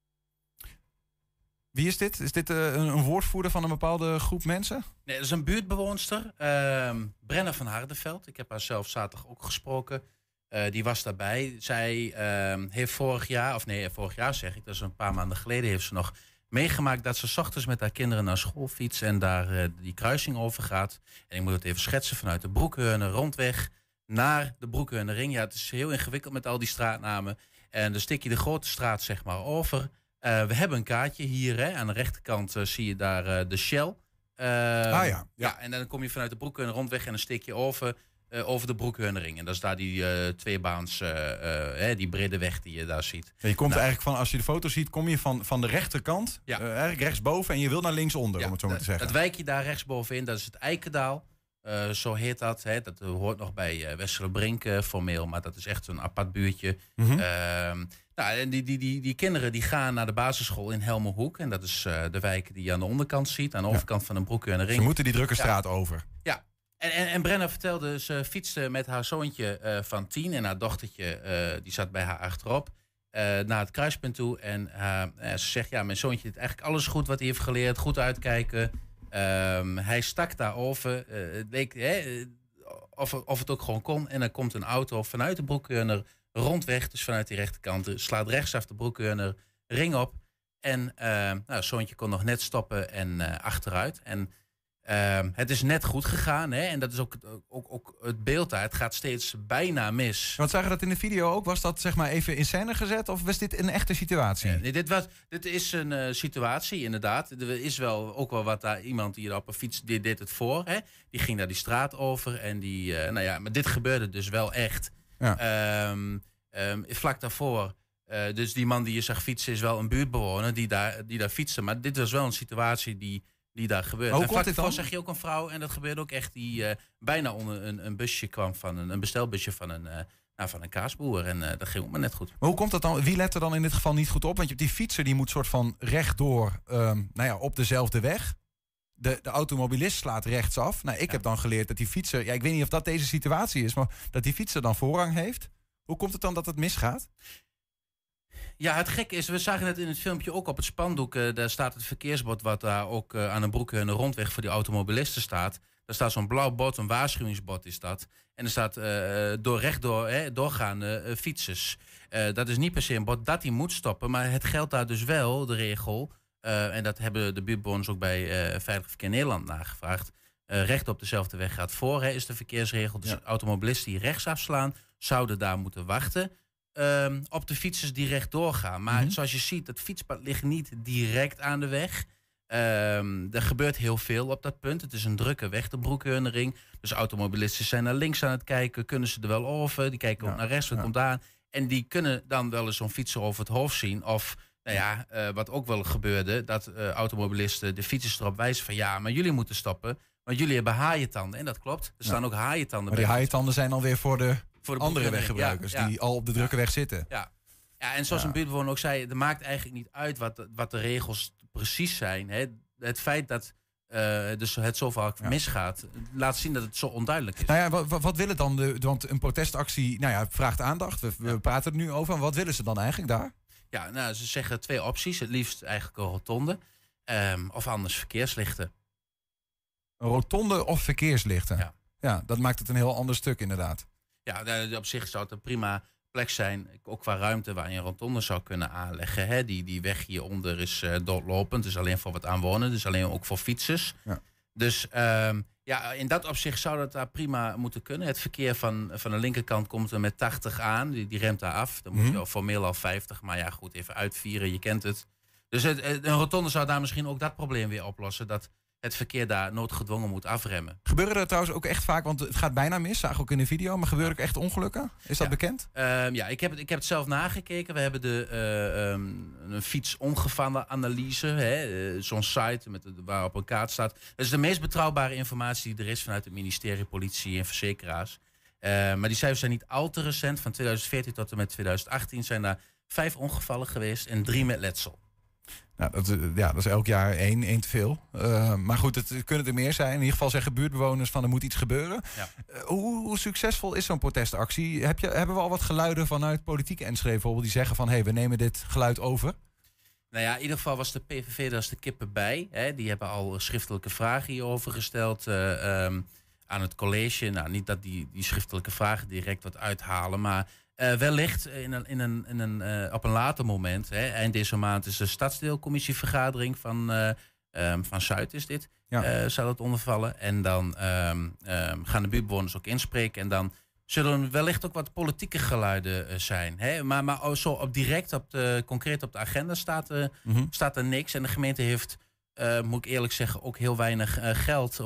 Wie is dit? Is dit een woordvoerder van een bepaalde groep mensen? Nee, dat is een buurtbewoonster. Brenna van Hardenveld. Ik heb haar zelf zaterdag ook gesproken. Die was daarbij. Zij heeft vorig jaar zeg ik, dat is een paar maanden geleden, heeft ze nog meegemaakt dat ze 's ochtends met haar kinderen naar school fietst en daar die kruising over gaat. En ik moet het even schetsen, vanuit de Broekheuner rondweg naar de Broekheunerring. Ja, het is heel ingewikkeld met al die straatnamen. En dan stik je de grote straat zeg maar over. We hebben een kaartje hier. Hè. Aan de rechterkant zie je daar de Shell. Ja, en dan kom je vanuit de Broekheuner rondweg en dan stik je over de Broekheunerring. En dat is daar die tweebaans, die brede weg die je daar ziet. En je komt eigenlijk van, als je de foto ziet, kom je van de rechterkant, eigenlijk rechtsboven, en je wil naar linksonder, om het zo maar te zeggen. Het wijkje daar rechtsbovenin, dat is het Eikendaal. Zo heet dat. Hè. Dat hoort nog bij Westerbrink formeel, maar dat is echt een apart buurtje. En die kinderen die gaan naar de basisschool in Helmerhoek. En dat is de wijk die je aan de onderkant ziet, aan de overkant van de Broekheunerring. Ze moeten die drukke straat over. Ja. En Brenna vertelde, ze fietste met haar zoontje van 10 en haar dochtertje, die zat bij haar achterop, naar het kruispunt toe. En ze zegt, ja, mijn zoontje heeft eigenlijk alles goed wat hij heeft geleerd, goed uitkijken. Hij stak daarover, het leek of het ook gewoon kon. En dan komt een auto vanuit de Broekheuner rondweg, dus vanuit die rechterkant, slaat rechtsaf de Broekheuner ring op. En het zoontje kon nog net stoppen en achteruit. En het is net goed gegaan, hè? En dat is ook het beeld daar. Het gaat steeds bijna mis. Want zagen dat in de video ook? Was dat zeg maar even in scène gezet of was dit een echte situatie? Nee, dit is een situatie, inderdaad. Er is ook wel wat daar iemand die er op een fiets deed het voor. Hè? Die ging daar die straat over en maar dit gebeurde dus wel echt. Ja. Vlak daarvoor. Dus die man die je zag fietsen is wel een buurtbewoner die daar fietste. Maar dit was wel een situatie die daar gebeurde. En vlak daarvoor zag je ook een vrouw, en dat gebeurde ook echt, die bijna onder een busje kwam van een bestelbusje van een kaasboer. En dat ging ook maar net goed. Maar hoe komt dat dan? Wie let er dan in dit geval niet goed op? Want je hebt die fietser die moet soort van rechtdoor op dezelfde weg. De automobilist slaat rechtsaf. Nou, ik heb dan geleerd dat die fietser, ik weet niet of dat deze situatie is, maar dat die fietser dan voorrang heeft. Hoe komt het dan dat het misgaat? Ja, het gekke is, we zagen het in het filmpje ook op het spandoek. Daar staat het verkeersbord wat daar ook aan de Broekheuner rondweg voor die automobilisten staat. Daar staat zo'n blauw bord, een waarschuwingsbord is dat. En er staat doorgaande fietsers. Dat is niet per se een bord dat hij moet stoppen, maar het geldt daar dus wel, de regel. En dat hebben de buurtbewoners ook bij Veilig Verkeer Nederland nagevraagd. Recht op dezelfde weg gaat voor, is de verkeersregel. Dus automobilisten die rechts afslaan, zouden daar moeten wachten op de fietsers die rechtdoor gaan. Maar zoals je ziet, het fietspad ligt niet direct aan de weg. Er gebeurt heel veel op dat punt. Het is een drukke weg, de Broekheunerring. Dus automobilisten zijn naar links aan het kijken. Kunnen ze er wel over? Die kijken ook naar rechts, wat komt daar aan? En die kunnen dan wel eens zo'n fietser over het hoofd zien. Of, wat ook wel gebeurde, dat automobilisten de fietsers erop wijzen van ja, maar jullie moeten stoppen. Want jullie hebben haaientanden. En dat klopt. Er staan ook haaientanden bij. Maar die haaientanden zijn alweer voor de andere weggebruikers die al op de drukke weg zitten. Ja, en zoals een buurtbewoner ook zei, het maakt eigenlijk niet uit wat de regels precies zijn. Hè. Het feit dat dus het zo vaak misgaat, laat zien dat het zo onduidelijk is. Nou ja, wat willen dan want een protestactie vraagt aandacht. We praten er nu over. En wat willen ze dan eigenlijk daar? Ja, nou, ze zeggen 2 opties. Het liefst eigenlijk een rotonde. Of anders verkeerslichten. Een rotonde of verkeerslichten? Ja, dat maakt het een heel ander stuk inderdaad. Ja, op zich zou het een prima plek zijn, ook qua ruimte waar je een rotonde zou kunnen aanleggen. Hè. Die weg hieronder is doodlopend, dus alleen voor wat aanwonenden, dus alleen ook voor fietsers. Ja. Dus in dat opzicht zou dat daar prima moeten kunnen. Het verkeer van de linkerkant komt er met 80 aan, die remt daar af. Dan moet je formeel al 50, maar ja goed, even uitvieren, je kent het. Dus een rotonde zou daar misschien ook dat probleem weer oplossen, dat het verkeer daar noodgedwongen moet afremmen. Gebeuren er trouwens ook echt vaak, want het gaat bijna mis, zag ik ook in de video, maar gebeuren ook echt ongelukken? Is dat bekend? Ik heb het zelf nagekeken. We hebben een fietsongevallenanalyse, zo'n site waar op een kaart staat. Dat is de meest betrouwbare informatie die er is vanuit het ministerie, politie en verzekeraars. Maar die cijfers zijn niet al te recent. Van 2014 tot en met 2018 zijn daar 5 ongevallen geweest en 3 met letsel. Nou, dat is elk jaar één te veel. Maar goed, het kunnen er meer zijn. In ieder geval zeggen buurtbewoners van er moet iets gebeuren. Ja. Hoe succesvol is zo'n protestactie? Hebben we al wat geluiden vanuit politieke Enschede bijvoorbeeld die zeggen van we nemen dit geluid over? Nou ja, in ieder geval was de PVV daar als de kippen bij. Hè. Die hebben al schriftelijke vragen hierover gesteld aan het college. Nou, niet dat die schriftelijke vragen direct wat uithalen, maar wellicht op een later moment. Hè, eind deze maand is de stadsdeelcommissievergadering van Zuid is dit. Ja. Zal het ondervallen. En dan gaan de buurtbewoners ook inspreken. En dan zullen er wellicht ook wat politieke geluiden zijn. Hè? Maar zo concreet op de agenda staat er niks. En de gemeente heeft, moet ik eerlijk zeggen, ook heel weinig geld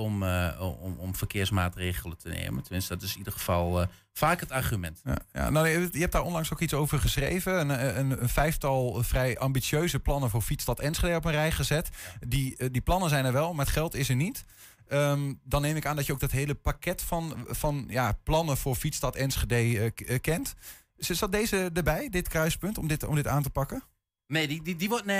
om verkeersmaatregelen te nemen. Tenminste, dat is in ieder geval vaak het argument. Nou, je hebt daar onlangs ook iets over geschreven. Een 5-tal vrij ambitieuze plannen voor Fietsstad Enschede op een rij gezet. Die plannen zijn er wel, maar het geld is er niet. Dan neem ik aan dat je ook dat hele pakket van plannen voor Fietsstad Enschede kent. Zat deze erbij, dit kruispunt, om dit aan te pakken? Nee, die wordt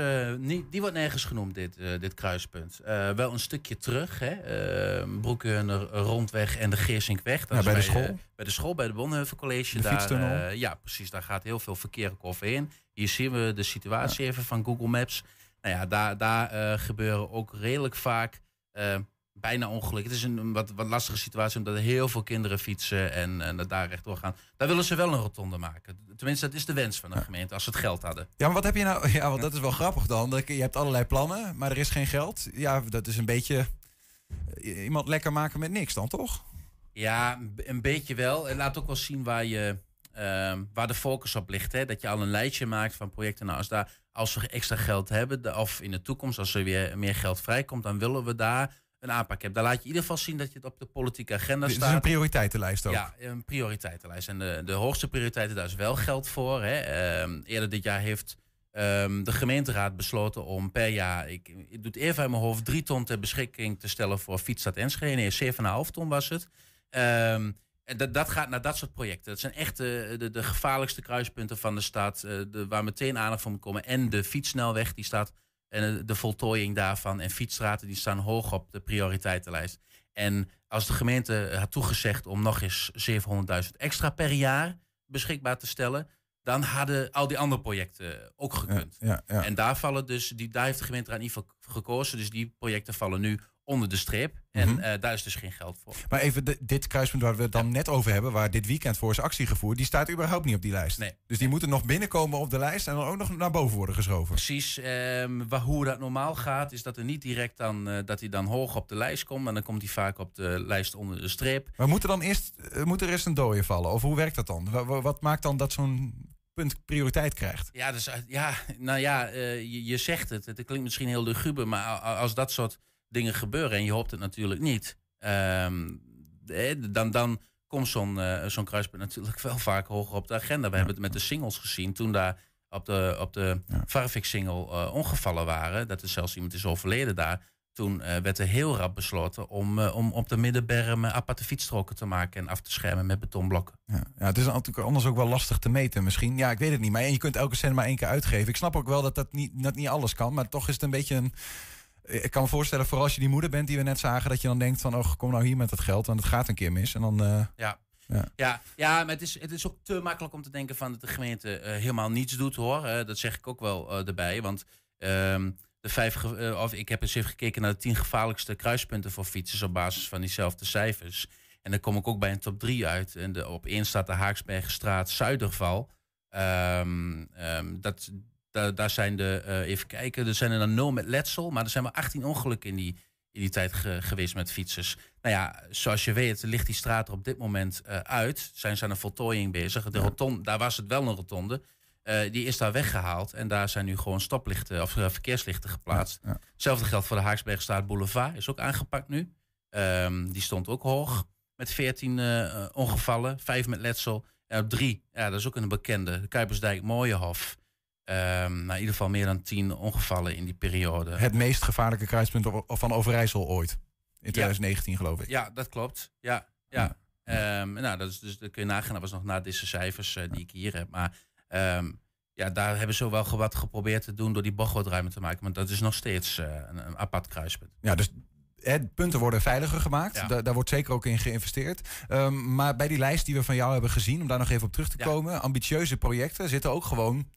nergens genoemd, dit kruispunt. Wel een stukje terug, hè. Broekheuner Rondweg en de Geersinkweg. Dat is bij de school? Bij de school, bij de Bonhoeffer College. De fietstunnel? Ja, precies. Daar gaat heel veel verkeer ook overheen. Hier zien we de situatie even van Google Maps. Nou ja, daar gebeuren ook redelijk vaak bijna ongeluk. Het is een wat lastige situatie omdat er heel veel kinderen fietsen en dat daar rechtdoor gaan. Daar willen ze wel een rotonde maken. Tenminste, dat is de wens van de gemeente als ze het geld hadden. Ja, maar wat heb je nou? Ja, want dat is wel grappig dan. Je hebt allerlei plannen, maar er is geen geld. Ja, dat is een beetje iemand lekker maken met niks dan, toch? Ja, een beetje wel. Het laat ook wel zien waar de focus op ligt. Hè? Dat je al een lijstje maakt van projecten. Nou, als we extra geld hebben, of in de toekomst als er weer meer geld vrijkomt, dan willen we daar een aanpak hebben. Daar laat je in ieder geval zien dat je het op de politieke agenda staat. Het is een prioriteitenlijst ook. Ja, een prioriteitenlijst. En de hoogste prioriteiten, daar is wel geld voor. Hè. Eerder dit jaar heeft de gemeenteraad besloten om per jaar, ik doe het even uit mijn hoofd, 3 ton ter beschikking te stellen voor Fietsstad Enschede. Nee, 7,5 ton was het. En dat gaat naar dat soort projecten. Dat zijn echt de gevaarlijkste kruispunten van de stad, waar meteen aandacht voor moet komen. En de fietssnelweg, die staat, en de voltooiing daarvan en fietsstraten, die staan hoog op de prioriteitenlijst. En als de gemeente had toegezegd om nog eens 700.000 extra per jaar beschikbaar te stellen, dan hadden al die andere projecten ook gekund. Ja. En daar vallen dus, daar heeft de gemeenteraad in ieder geval gekozen. Dus die projecten vallen nu onder de streep. En daar is dus geen geld voor. Maar even, dit kruispunt waar we het dan net over hebben, waar dit weekend voor is actie gevoerd, die staat überhaupt niet op die lijst. Nee. Dus die moeten nog binnenkomen op de lijst en dan ook nog naar boven worden geschoven. Precies. Hoe dat normaal gaat, is dat er niet direct dat hij dan hoog op de lijst komt. En dan komt hij vaak op de lijst onder de streep. Maar moet er eerst een dooie vallen? Of hoe werkt dat dan? Wat maakt dan dat zo'n punt prioriteit krijgt? Ja, dus, je zegt het. Het klinkt misschien heel luguber, maar als dat soort dingen gebeuren en je hoopt het natuurlijk niet, dan komt zo'n kruispunt natuurlijk wel vaak hoger op de agenda. We hebben het met de singles gezien toen daar op de Varvik-singel ongevallen waren. Dat er zelfs iemand is overleden daar. Toen werd er heel rap besloten om op de middenberm aparte fietsstroken te maken en af te schermen met betonblokken. Ja, het is natuurlijk anders ook wel lastig te meten misschien. Ja, ik weet het niet. Maar je kunt elke cent maar 1 keer uitgeven. Ik snap ook wel dat niet alles kan. Maar toch is het een beetje een... Ik kan me voorstellen, vooral als je die moeder bent die we net zagen, dat je dan denkt van, oh, kom nou hier met dat geld, want het gaat een keer mis. En dan... Ja, maar het is ook te makkelijk om te denken van dat de gemeente helemaal niets doet, hoor. Dat zeg ik ook wel erbij, want ik heb eens even gekeken naar de 10 gevaarlijkste kruispunten voor fietsers op basis van diezelfde cijfers. En dan kom ik ook bij een top 3 uit. En op 1 staat de Haaksbergenstraat Zuiderval. Daar zijn even kijken, er zijn er dan 0 met letsel, maar er zijn maar 18 ongelukken in die tijd geweest met fietsers. Nou ja, zoals je weet ligt die straat er op dit moment uit. Zijn ze aan een voltooiing bezig. De rotonde, daar was het wel een rotonde. Die is daar weggehaald en daar zijn nu gewoon stoplichten of verkeerslichten geplaatst. Ja. Hetzelfde geldt voor de Haaksbergenstraat Boulevard, is ook aangepakt nu. Die stond ook hoog met 14 ongevallen, 5 met letsel. En op 3, dat is ook een bekende, de Kuipersdijk Mooiehof. In ieder geval meer dan 10 ongevallen in die periode. Het meest gevaarlijke kruispunt van Overijssel ooit. In 2019 geloof ik. Ja, dat klopt. Ja. Dat kun je nagaan. Dat was nog na deze cijfers die ik hier heb. Maar Ja, daar hebben ze wel wat geprobeerd te doen door die bocht wat ruimer te maken. Maar dat is nog steeds een apart kruispunt. Ja, dus punten worden veiliger gemaakt. Ja. Daar wordt zeker ook in geïnvesteerd. Maar bij die lijst die we van jou hebben gezien, om daar nog even op terug te komen, ambitieuze projecten zitten ook gewoon,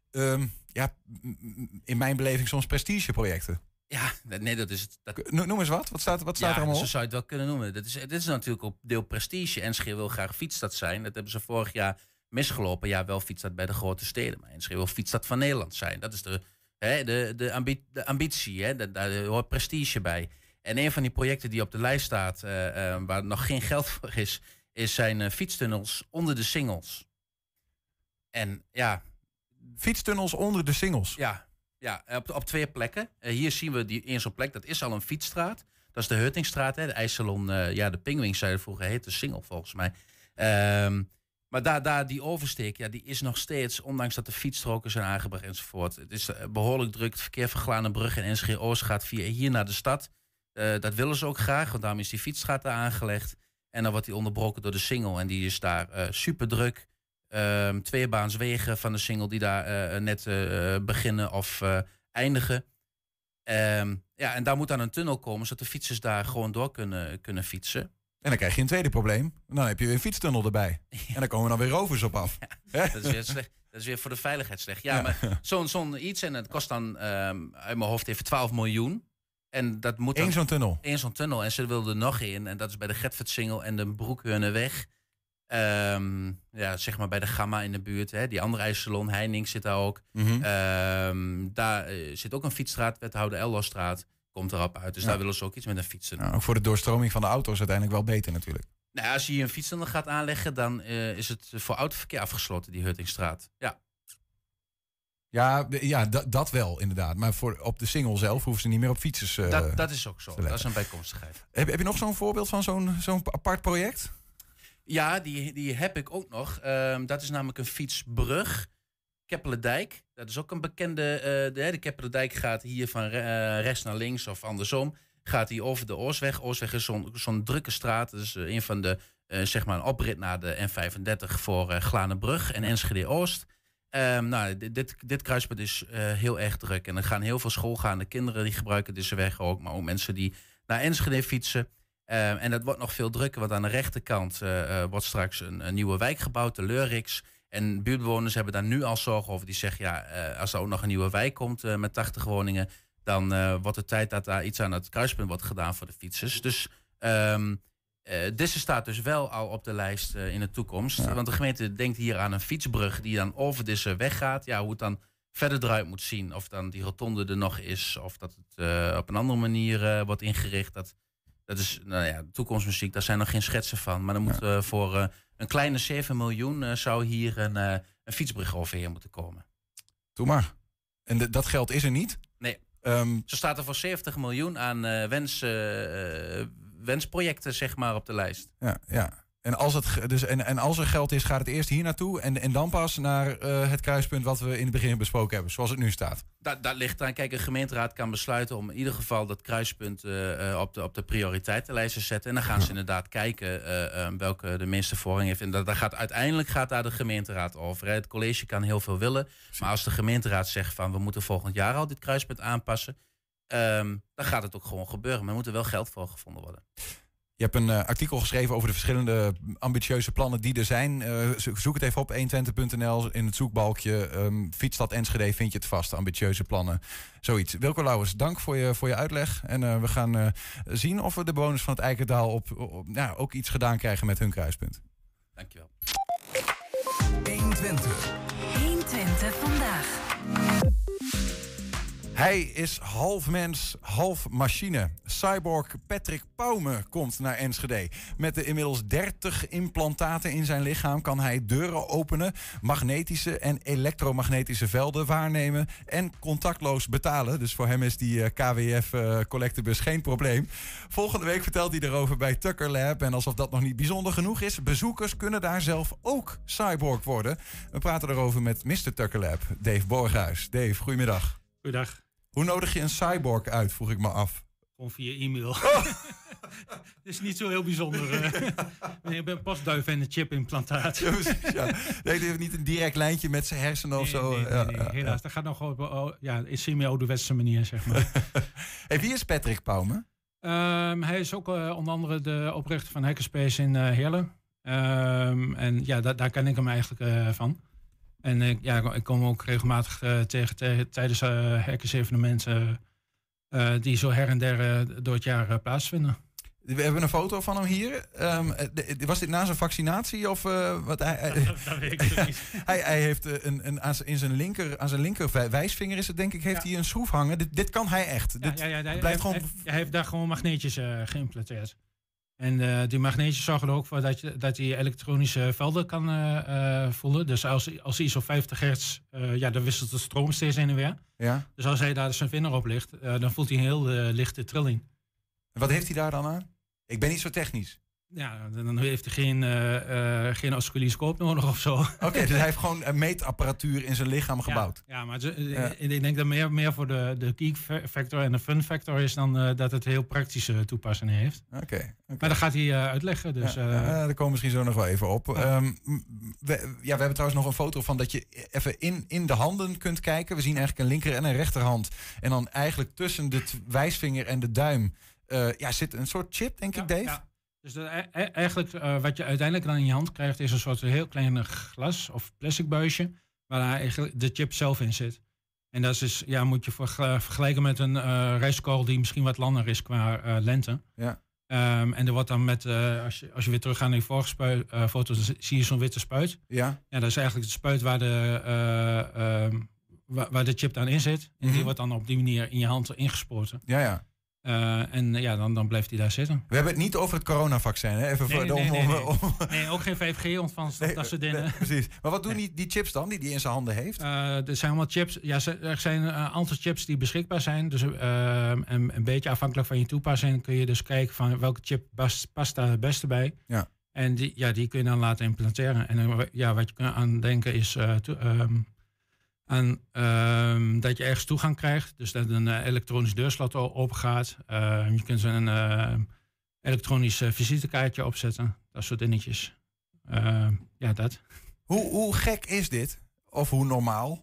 in mijn beleving soms prestigeprojecten. Ja, nee, dat is het. Noem eens wat. Wat staat er allemaal zo op? zou je het wel kunnen noemen. Dit is natuurlijk op deel prestige. Enschede wil graag fietsstad zijn. Dat hebben ze vorig jaar misgelopen. Ja, wel fietsstad bij de grote steden. Maar Enschede wil fietsstad van Nederland zijn. Dat is de ambitie. Hè? Daar hoort prestige bij. En een van die projecten die op de lijst staat, waar nog geen geld voor is zijn fietstunnels onder de singels. En ja. Fietstunnels onder de singels? Ja, op 2 plekken. Hier zien we die eerste plek. Dat is al een fietsstraat. Dat is de Huttingstraat. Hè? De IJssalon, de Pinguïns zeiden vroeger, heet de Singel volgens mij. Maar daar die oversteek, die is nog steeds, ondanks dat de fietsstroken zijn aangebracht enzovoort. Het is behoorlijk druk. Het verkeer van Glanenbrug en Enschede-Oost gaat via hier naar de stad. Dat willen ze ook graag, want daarom is die fietsstraat daar aangelegd. En dan wordt die onderbroken door de Singel. En die is daar super druk. 2-baanswegen van de Singel die daar net beginnen of eindigen. En daar moet dan een tunnel komen, zodat de fietsers daar gewoon door kunnen fietsen. En dan krijg je een tweede probleem. Dan heb je weer een fietstunnel erbij. Ja. En dan komen dan weer rovers op af. Ja, dat is weer slecht. Dat is weer voor de veiligheid slecht. Ja, maar zo'n iets, en het kost dan uit mijn hoofd even 12 miljoen. En dat moet dan Eén zo'n tunnel? Eén zo'n tunnel. En ze wilden er nog in. En dat is bij de Getverdsingel en de Broekhurneweg. Zeg maar bij de Gamma in de buurt. Hè. Die andere ijssalon, Heining zit daar ook. Daar zit ook een fietsstraat, Wethouder Ellerstraat komt erop uit. Dus daar willen ze ook iets met een fietsen. Nou, ook voor de doorstroming van de auto's uiteindelijk wel beter natuurlijk. Nou, als je hier een fietstunnel gaat aanleggen, dan is het voor autoverkeer afgesloten, die Huttingstraat. Ja, dat wel inderdaad. Maar op de Singel zelf hoeven ze niet meer op fietsers dat is ook zo. Dat is een bijkomstigheid. Heb je nog zo'n voorbeeld van zo'n apart project? Ja, die heb ik ook nog. Dat is namelijk een fietsbrug. Keppelendijk. Dat is ook een bekende. De Keppelendijk gaat hier van rechts naar links of andersom. Gaat hij over de Oosweg. Oosweg is zo'n drukke straat. Dat is een van de, zeg maar een oprit naar de N35 voor Glanenbrug en Enschede-Oost. Dit kruispunt is heel erg druk. En er gaan heel veel schoolgaande kinderen die gebruiken deze weg ook. Maar ook mensen die naar Enschede fietsen. En dat wordt nog veel drukker, want aan de rechterkant wordt straks een nieuwe wijk gebouwd, de Leurix. En buurtbewoners hebben daar nu al zorgen over. Die zeggen, als er ook nog een nieuwe wijk komt met 80 woningen, dan wordt het tijd dat daar iets aan het kruispunt wordt gedaan voor de fietsers. Dus deze staat dus wel al op de lijst in de toekomst. Ja. Want de gemeente denkt hier aan een fietsbrug die dan over deze weg gaat. Ja, hoe het dan verder eruit moet zien. Of dan die rotonde er nog is, of dat het op een andere manier wordt ingericht. Dat is toekomstmuziek, daar zijn nog geen schetsen van. Maar dan moet voor een kleine 7 miljoen zou hier een fietsbrug overheen moeten komen. Doe maar. En dat geld is er niet? Nee. Zo staat er voor 70 miljoen aan wensprojecten, zeg maar, op de lijst. Ja. En als er geld is, gaat het eerst hier naartoe en dan pas naar het kruispunt wat we in het begin besproken hebben, zoals het nu staat. Dat ligt eraan. Kijk, een gemeenteraad kan besluiten om in ieder geval dat kruispunt op de prioriteitenlijst te zetten. En dan gaan ze inderdaad kijken welke de meeste voorrang heeft. En uiteindelijk gaat daar de gemeenteraad over. Hè. Het college kan heel veel willen. Maar als de gemeenteraad zegt van we moeten volgend jaar al dit kruispunt aanpassen, dan gaat het ook gewoon gebeuren. Maar er moet er wel geld voor gevonden worden. Je hebt een artikel geschreven over de verschillende ambitieuze plannen die er zijn. Zoek het even op 120.nl in het zoekbalkje. Fietsstad Enschede vind je het vast. Ambitieuze plannen. Zoiets. Wilco Lauwers, dank voor je uitleg. En we gaan zien of we de bewoners van het Eikendaal ook iets gedaan krijgen met hun kruispunt. Dankjewel. 120. 120 vandaag. Hij is half mens, half machine. Cyborg Patrick Pauwme komt naar Enschede. Met de inmiddels 30 implantaten in zijn lichaam kan hij deuren openen, magnetische en elektromagnetische velden waarnemen en contactloos betalen. Dus voor hem is die KWF-collectebus geen probleem. Volgende week vertelt hij erover bij Tucker Lab. En alsof dat nog niet bijzonder genoeg is, bezoekers kunnen daar zelf ook cyborg worden. We praten erover met Mr. Tucker Lab, Dave Borghuis. Dave, goedemiddag. Goedendag. Hoe nodig je een cyborg uit, vroeg ik me af. Gewoon via e-mail. Het is niet zo heel bijzonder. Ik ben pasduif en een chipimplantaat. Ja, precies, ja. Nee, die heeft niet een direct lijntje met zijn hersenen of zo. Nee, helaas. Dat gaat nog op in semi-ouderwetse manier, zeg maar. Hey, wie is Patrick Pauwme? Hij is ook onder andere de oprichter van Hackerspace in Heerlen. En ja, daar ken ik hem eigenlijk van. En ik kom ook regelmatig tegen tijdens hackers-evenementen die zo her en der door het jaar plaatsvinden. We hebben een foto van hem hier. Was dit na zijn vaccinatie? Of, wat dat weet ik niet. Hij heeft aan zijn linker wijsvinger is het, denk ik, heeft hij een schroef hangen. Dit kan hij echt. Hij heeft daar gewoon magneetjes geïmplanteerd. En die magneetjes zorgen er ook voor dat hij elektronische velden kan voelen. Dus als hij zo 50 hertz, dan wisselt de stroom steeds heen en weer. Ja. Dus als hij daar zijn vinger op ligt, dan voelt hij een heel lichte trilling. En wat heeft hij daar dan aan? Ik ben niet zo technisch. Ja, dan heeft hij geen oscilloscoop nodig of zo. Oké, dus hij heeft gewoon een meetapparatuur in zijn lichaam gebouwd. Ja, maar ik denk dat meer voor de geek factor en de fun factor is dan dat het heel praktische toepassingen heeft. Oké. Maar dat gaat hij uitleggen. Dus, daar komen we misschien zo nog wel even op. We hebben trouwens nog een foto van dat je even in de handen kunt kijken. We zien eigenlijk een linker en een rechterhand. En dan eigenlijk tussen de wijsvinger en de duim zit een soort chip, denk ik, Dave? Ja. Dus eigenlijk wat je uiteindelijk dan in je hand krijgt is een soort heel klein glas of plastic buisje waar eigenlijk de chip zelf in zit. En dat is moet je vergelijken met een rijstkorrel die misschien wat langer is qua lengte. Ja. En er wordt dan als je weer teruggaat naar die vorige foto, dan zie je zo'n witte spuit. Ja. Ja, dat is eigenlijk de spuit waar de chip dan in zit. En die wordt dan op die manier in je hand ingespoten. Ja, ja. Dan blijft hij daar zitten. We hebben het niet over het coronavaccin, hè? Nee, ook geen 5G-ontvangst of dat soort dingen. Precies. Maar wat doen die chips dan, die in zijn handen heeft? Er zijn allemaal chips. Ja, er zijn een aantal chips die beschikbaar zijn. Dus een beetje afhankelijk van je toepassing kun je dus kijken van welke chip past daar het beste bij. Ja. En die kun je dan laten implanteren. En wat je kunt aan denken is dat je ergens toegang krijgt. Dus dat een elektronisch deurslot open gaat. Je kunt een elektronisch visitekaartje opzetten. Dat soort dingetjes. Dat. Hoe gek is dit? Of hoe normaal?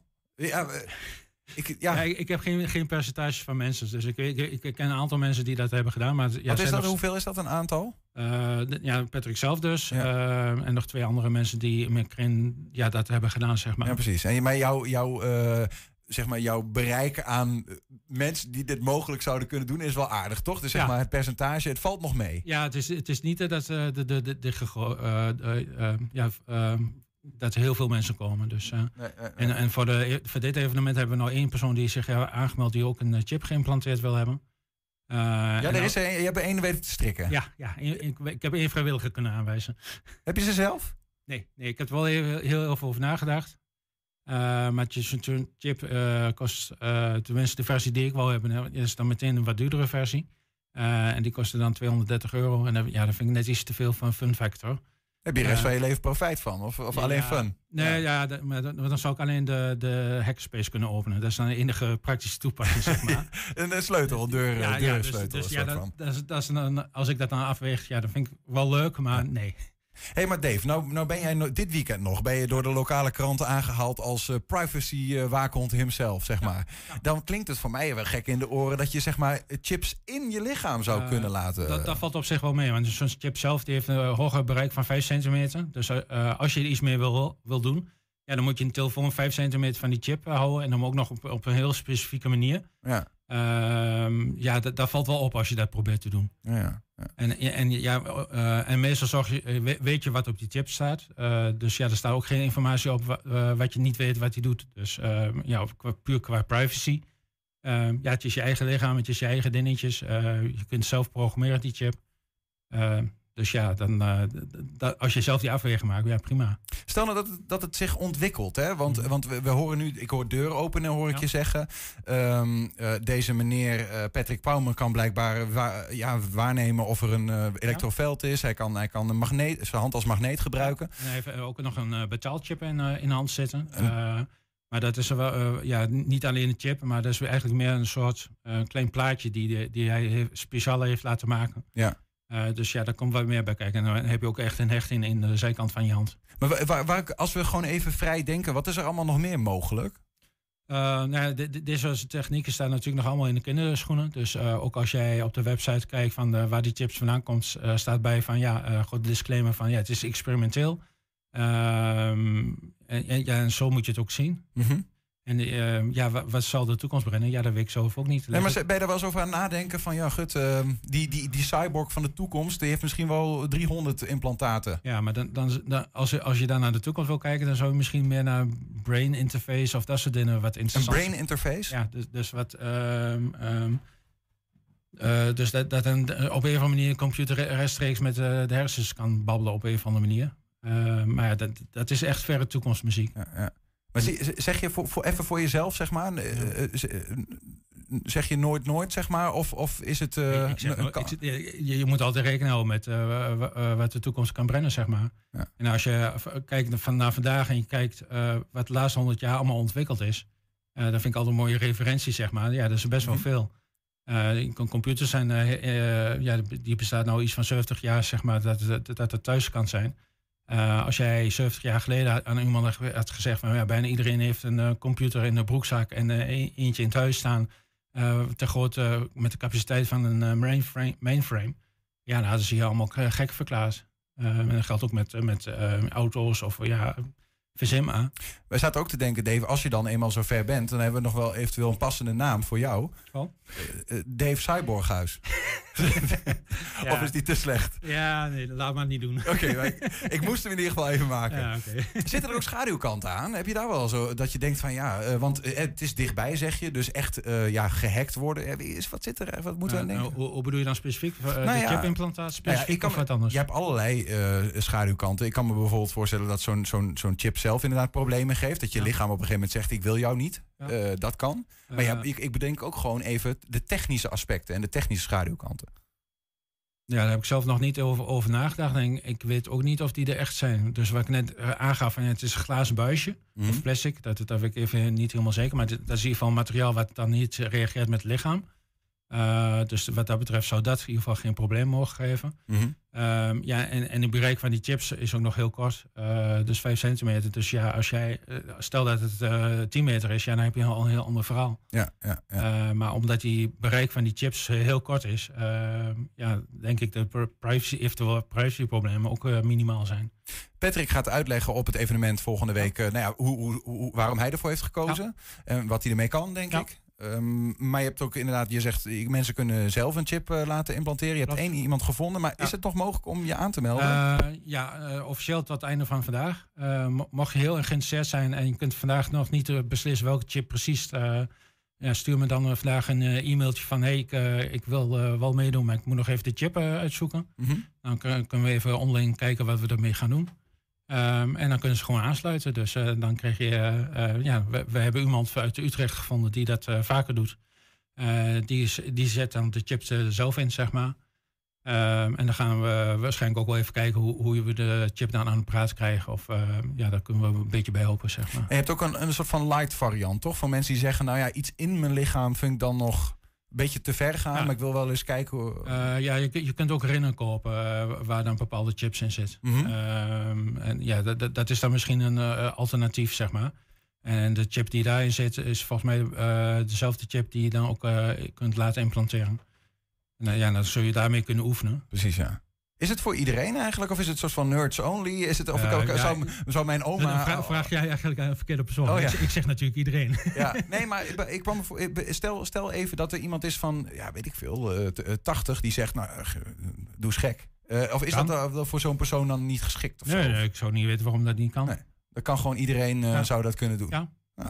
Ik heb geen percentages van mensen. Dus ik ken een aantal mensen die dat hebben gedaan. Maar hoeveel is dat een aantal? Patrick zelf dus. Ja. En nog 2 andere mensen die met Krin dat hebben gedaan, zeg maar. Ja, precies. Maar jouw bereik aan mensen die dit mogelijk zouden kunnen doen is wel aardig, toch? Dus zeg maar het percentage, het valt nog mee. Ja, het is niet dat dat er heel veel mensen komen. Dus, En voor dit evenement hebben we nou 1 persoon die zich aangemeld die ook een chip geïmplanteerd wil hebben. Je hebt er 1 weten te strikken. Ja, ik heb 1 vrijwilliger kunnen aanwijzen. Heb je ze zelf? Nee, ik heb er wel heel veel over nagedacht. Maar zo'n chip kost, tenminste de versie die ik wou hebben, is dan meteen een wat duurdere versie. En die kostte dan €230. En dat vind ik net iets te veel van fun factor. Heb je de rest van je leven profijt van? Of alleen fun? Nee, maar dan zou ik alleen de Hackerspace kunnen openen. Dat is dan de enige praktische toepassing, zeg maar. Een sleutel, deursleutel. Als ik dat dan afweeg, dan vind ik wel leuk, maar nee. Hé, maar Dave, nou ben jij dit weekend nog door de lokale kranten aangehaald als privacy-waakhond himself, zeg maar. Ja. Dan klinkt het voor mij wel gek in de oren dat je zeg maar chips in je lichaam zou kunnen laten. Dat valt op zich wel mee, want zo'n chip zelf die heeft een hoger bereik van 5 centimeter. Dus als je er iets mee wil doen, dan moet je een telefoon 5 centimeter van die chip houden en dan ook nog op een heel specifieke manier. Ja. Dat valt wel op als je dat probeert te doen. Ja. En meestal weet je wat op die chip staat. Dus er staat ook geen informatie op wat je niet weet wat hij doet. Dus puur qua privacy. Het is je eigen lichaam, het is je eigen dingetjes. Je kunt zelf programmeren die chip. Dus als je zelf die afweging maakt, prima. Stel nou dat het zich ontwikkelt, hè? Want we horen nu, ik hoor deuren openen, hoor ik je zeggen. Deze meneer Patrick Pauwme kan blijkbaar waarnemen of er een elektroveld is. Hij kan zijn hand als magneet gebruiken. En hij heeft ook nog een betaalchip in de hand zitten. Maar dat is niet alleen een chip, maar dat is eigenlijk meer een soort klein plaatje die hij speciaal heeft laten maken. Ja. Dus ja, daar komt wat meer bij kijken. En dan heb je ook echt een hechting in de zijkant van je hand. Maar als we gewoon even vrij denken, wat is er allemaal nog meer mogelijk? Dit soort technieken staan natuurlijk nog allemaal in de kinderschoenen. Dus ook als jij op de website kijkt van waar die chips vandaan komt, staat bij van goed disclaimer van het is experimenteel. En zo moet je het ook zien. Mm-hmm. En wat zal de toekomst brengen? Ja, dat weet ik zelf ook niet. Nee, maar ben je daar wel eens over aan nadenken van die cyborg van de toekomst, die heeft misschien wel 300 implantaten. Ja, maar dan, als je daar naar de toekomst wil kijken, dan zou je misschien meer naar brain interface of dat soort dingen wat interessant. Een brain interface? Ja, dus wat dus dat een, op een of andere manier een computer rechtstreeks met de hersens kan babbelen op een of andere manier. Maar dat is echt verre toekomstmuziek. Ja. Maar zeg je even voor jezelf, zeg maar, zeg je nooit, zeg maar, of is het... Je moet altijd rekening houden met wat de toekomst kan brengen, zeg maar. Ja. En als je kijkt naar vandaag en je kijkt wat de laatste 100 jaar allemaal ontwikkeld is, dat vind ik altijd een mooie referentie, zeg maar. Ja, dat is best wel veel. Computers zijn, die bestaat nou iets van 70 jaar, zeg maar, dat het thuis kan zijn. Als jij 70 jaar geleden aan iemand had gezegd van bijna iedereen heeft een computer in de broekzak en eentje in het huis staan, te groot met de capaciteit van een mainframe. Ja, dan hadden ze je allemaal gek verklaard. En dat geldt ook met auto's of verzin maar. Wij zaten ook te denken, Dave, als je dan eenmaal zo ver bent, dan hebben we nog wel eventueel een passende naam voor jou. Dave Cyborghuis. Of is die te slecht? Ja, nee, laat maar niet doen. Oké, ik moest hem in ieder geval even maken. Ja, okay. Zitten er ook schaduwkanten aan? Heb je daar wel zo dat je denkt van want het is dichtbij, zeg je, dus echt gehackt worden. Wat zit er? Wat moeten we aan denken? Hoe bedoel je dan specifiek? De chipimplantaat specifiek of wat anders? Je hebt allerlei schaduwkanten. Ik kan me bijvoorbeeld voorstellen dat zo'n chip zelf inderdaad problemen geeft. Dat je lichaam op een gegeven moment zegt, ik wil jou niet. Ja. Dat kan. Maar ik bedenk ook gewoon even de technische aspecten en de technische schaduwkanten. Ja, daar heb ik zelf nog niet over nagedacht. En ik weet ook niet of die er echt zijn. Dus wat ik net aangaf, het is een glazen buisje of plastic. Dat weet ik even niet helemaal zeker. Maar dat is in ieder geval een materiaal wat dan niet reageert met het lichaam. Dus wat dat betreft zou dat in ieder geval geen probleem mogen geven. En het bereik van die chips is ook nog heel kort. Dus 5 centimeter. Dus als jij, stel dat het 10 meter is, dan heb je al een heel ander verhaal. Ja. Maar omdat die bereik van die chips heel kort is, denk ik dat eventueel privacyproblemen ook minimaal zijn. Patrick gaat uitleggen op het evenement volgende week waarom hij ervoor heeft gekozen. En wat hij ermee kan, denk ik. Maar je hebt ook inderdaad, je zegt, mensen kunnen zelf een chip laten implanteren. Je hebt iemand gevonden, maar is het nog mogelijk om je aan te melden? Officieel tot het einde van vandaag. Mocht je heel erg geïnteresseerd zijn en je kunt vandaag nog niet beslissen welke chip precies, stuur me dan vandaag een e-mailtje van ik wil wel meedoen, maar ik moet nog even de chip uitzoeken. Dan kunnen we even online kijken wat we ermee gaan doen. En dan kunnen ze gewoon aansluiten. Dus dan krijg je... we hebben iemand uit Utrecht gevonden die dat vaker doet. Die zet dan de chips zelf in, zeg maar. En dan gaan we waarschijnlijk ook wel even kijken hoe we de chip dan aan de praat krijgen. Of daar kunnen we een beetje bij helpen, zeg maar. En je hebt ook een soort van light variant, toch? Van mensen die zeggen, iets in mijn lichaam vind ik dan nog een beetje te ver gaan. Maar ik wil wel eens kijken hoe... Je kunt ook rinnen kopen waar dan bepaalde chips in zitten. Dat is dan misschien een alternatief, zeg maar. En de chip die daarin zit is volgens mij dezelfde chip die je dan ook kunt laten implanteren. Dan zul je daarmee kunnen oefenen. Precies, ja. Is het voor iedereen eigenlijk? Of is het een soort van nerds only? Is het, zou mijn oma... Vraag jij eigenlijk aan een verkeerde persoon. Ik zeg natuurlijk iedereen. Ja, nee, maar ik kwam stel even dat er iemand is van, weet ik veel, 80 die zegt, doe eens gek. Of is dat voor zo'n persoon dan niet geschikt? Of nee, ik zou niet weten waarom dat niet kan. Nee, dat kan gewoon iedereen zou dat kunnen doen.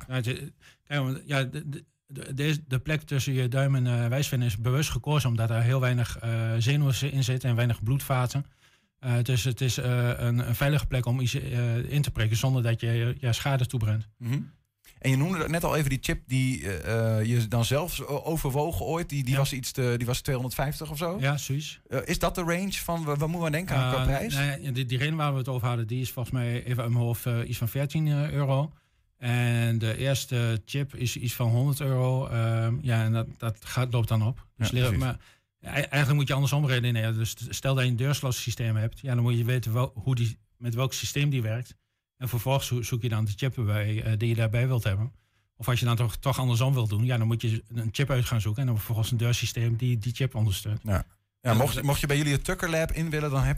De plek tussen je duim en wijsvinger is bewust gekozen omdat er heel weinig zenuwen in zitten en weinig bloedvaten. Dus het is een veilige plek om iets in te prikken zonder dat je schade toebrengt. En je noemde net al even die chip die je dan zelf overwogen ooit. Die was 250 of zo? Ja, zoiets. Is dat de range van, wat moeten we denken aan qua prijs? Die range waar we het over hadden, die is volgens mij even uit mijn hoofd iets van €14. En de eerste chip is iets van €100. En dat loopt dan op. Dus Eigenlijk moet je andersom redeneren. Dus stel dat je een deurslotsysteem hebt, dan moet je weten met welk systeem die werkt. En vervolgens zoek je dan de chip die je daarbij wilt hebben. Of als je dan toch andersom wilt doen, dan moet je een chip uit gaan zoeken en dan vervolgens een deursysteem die chip ondersteunt. Ja. Ja, mocht je bij jullie het Tucker Lab in willen, dan heb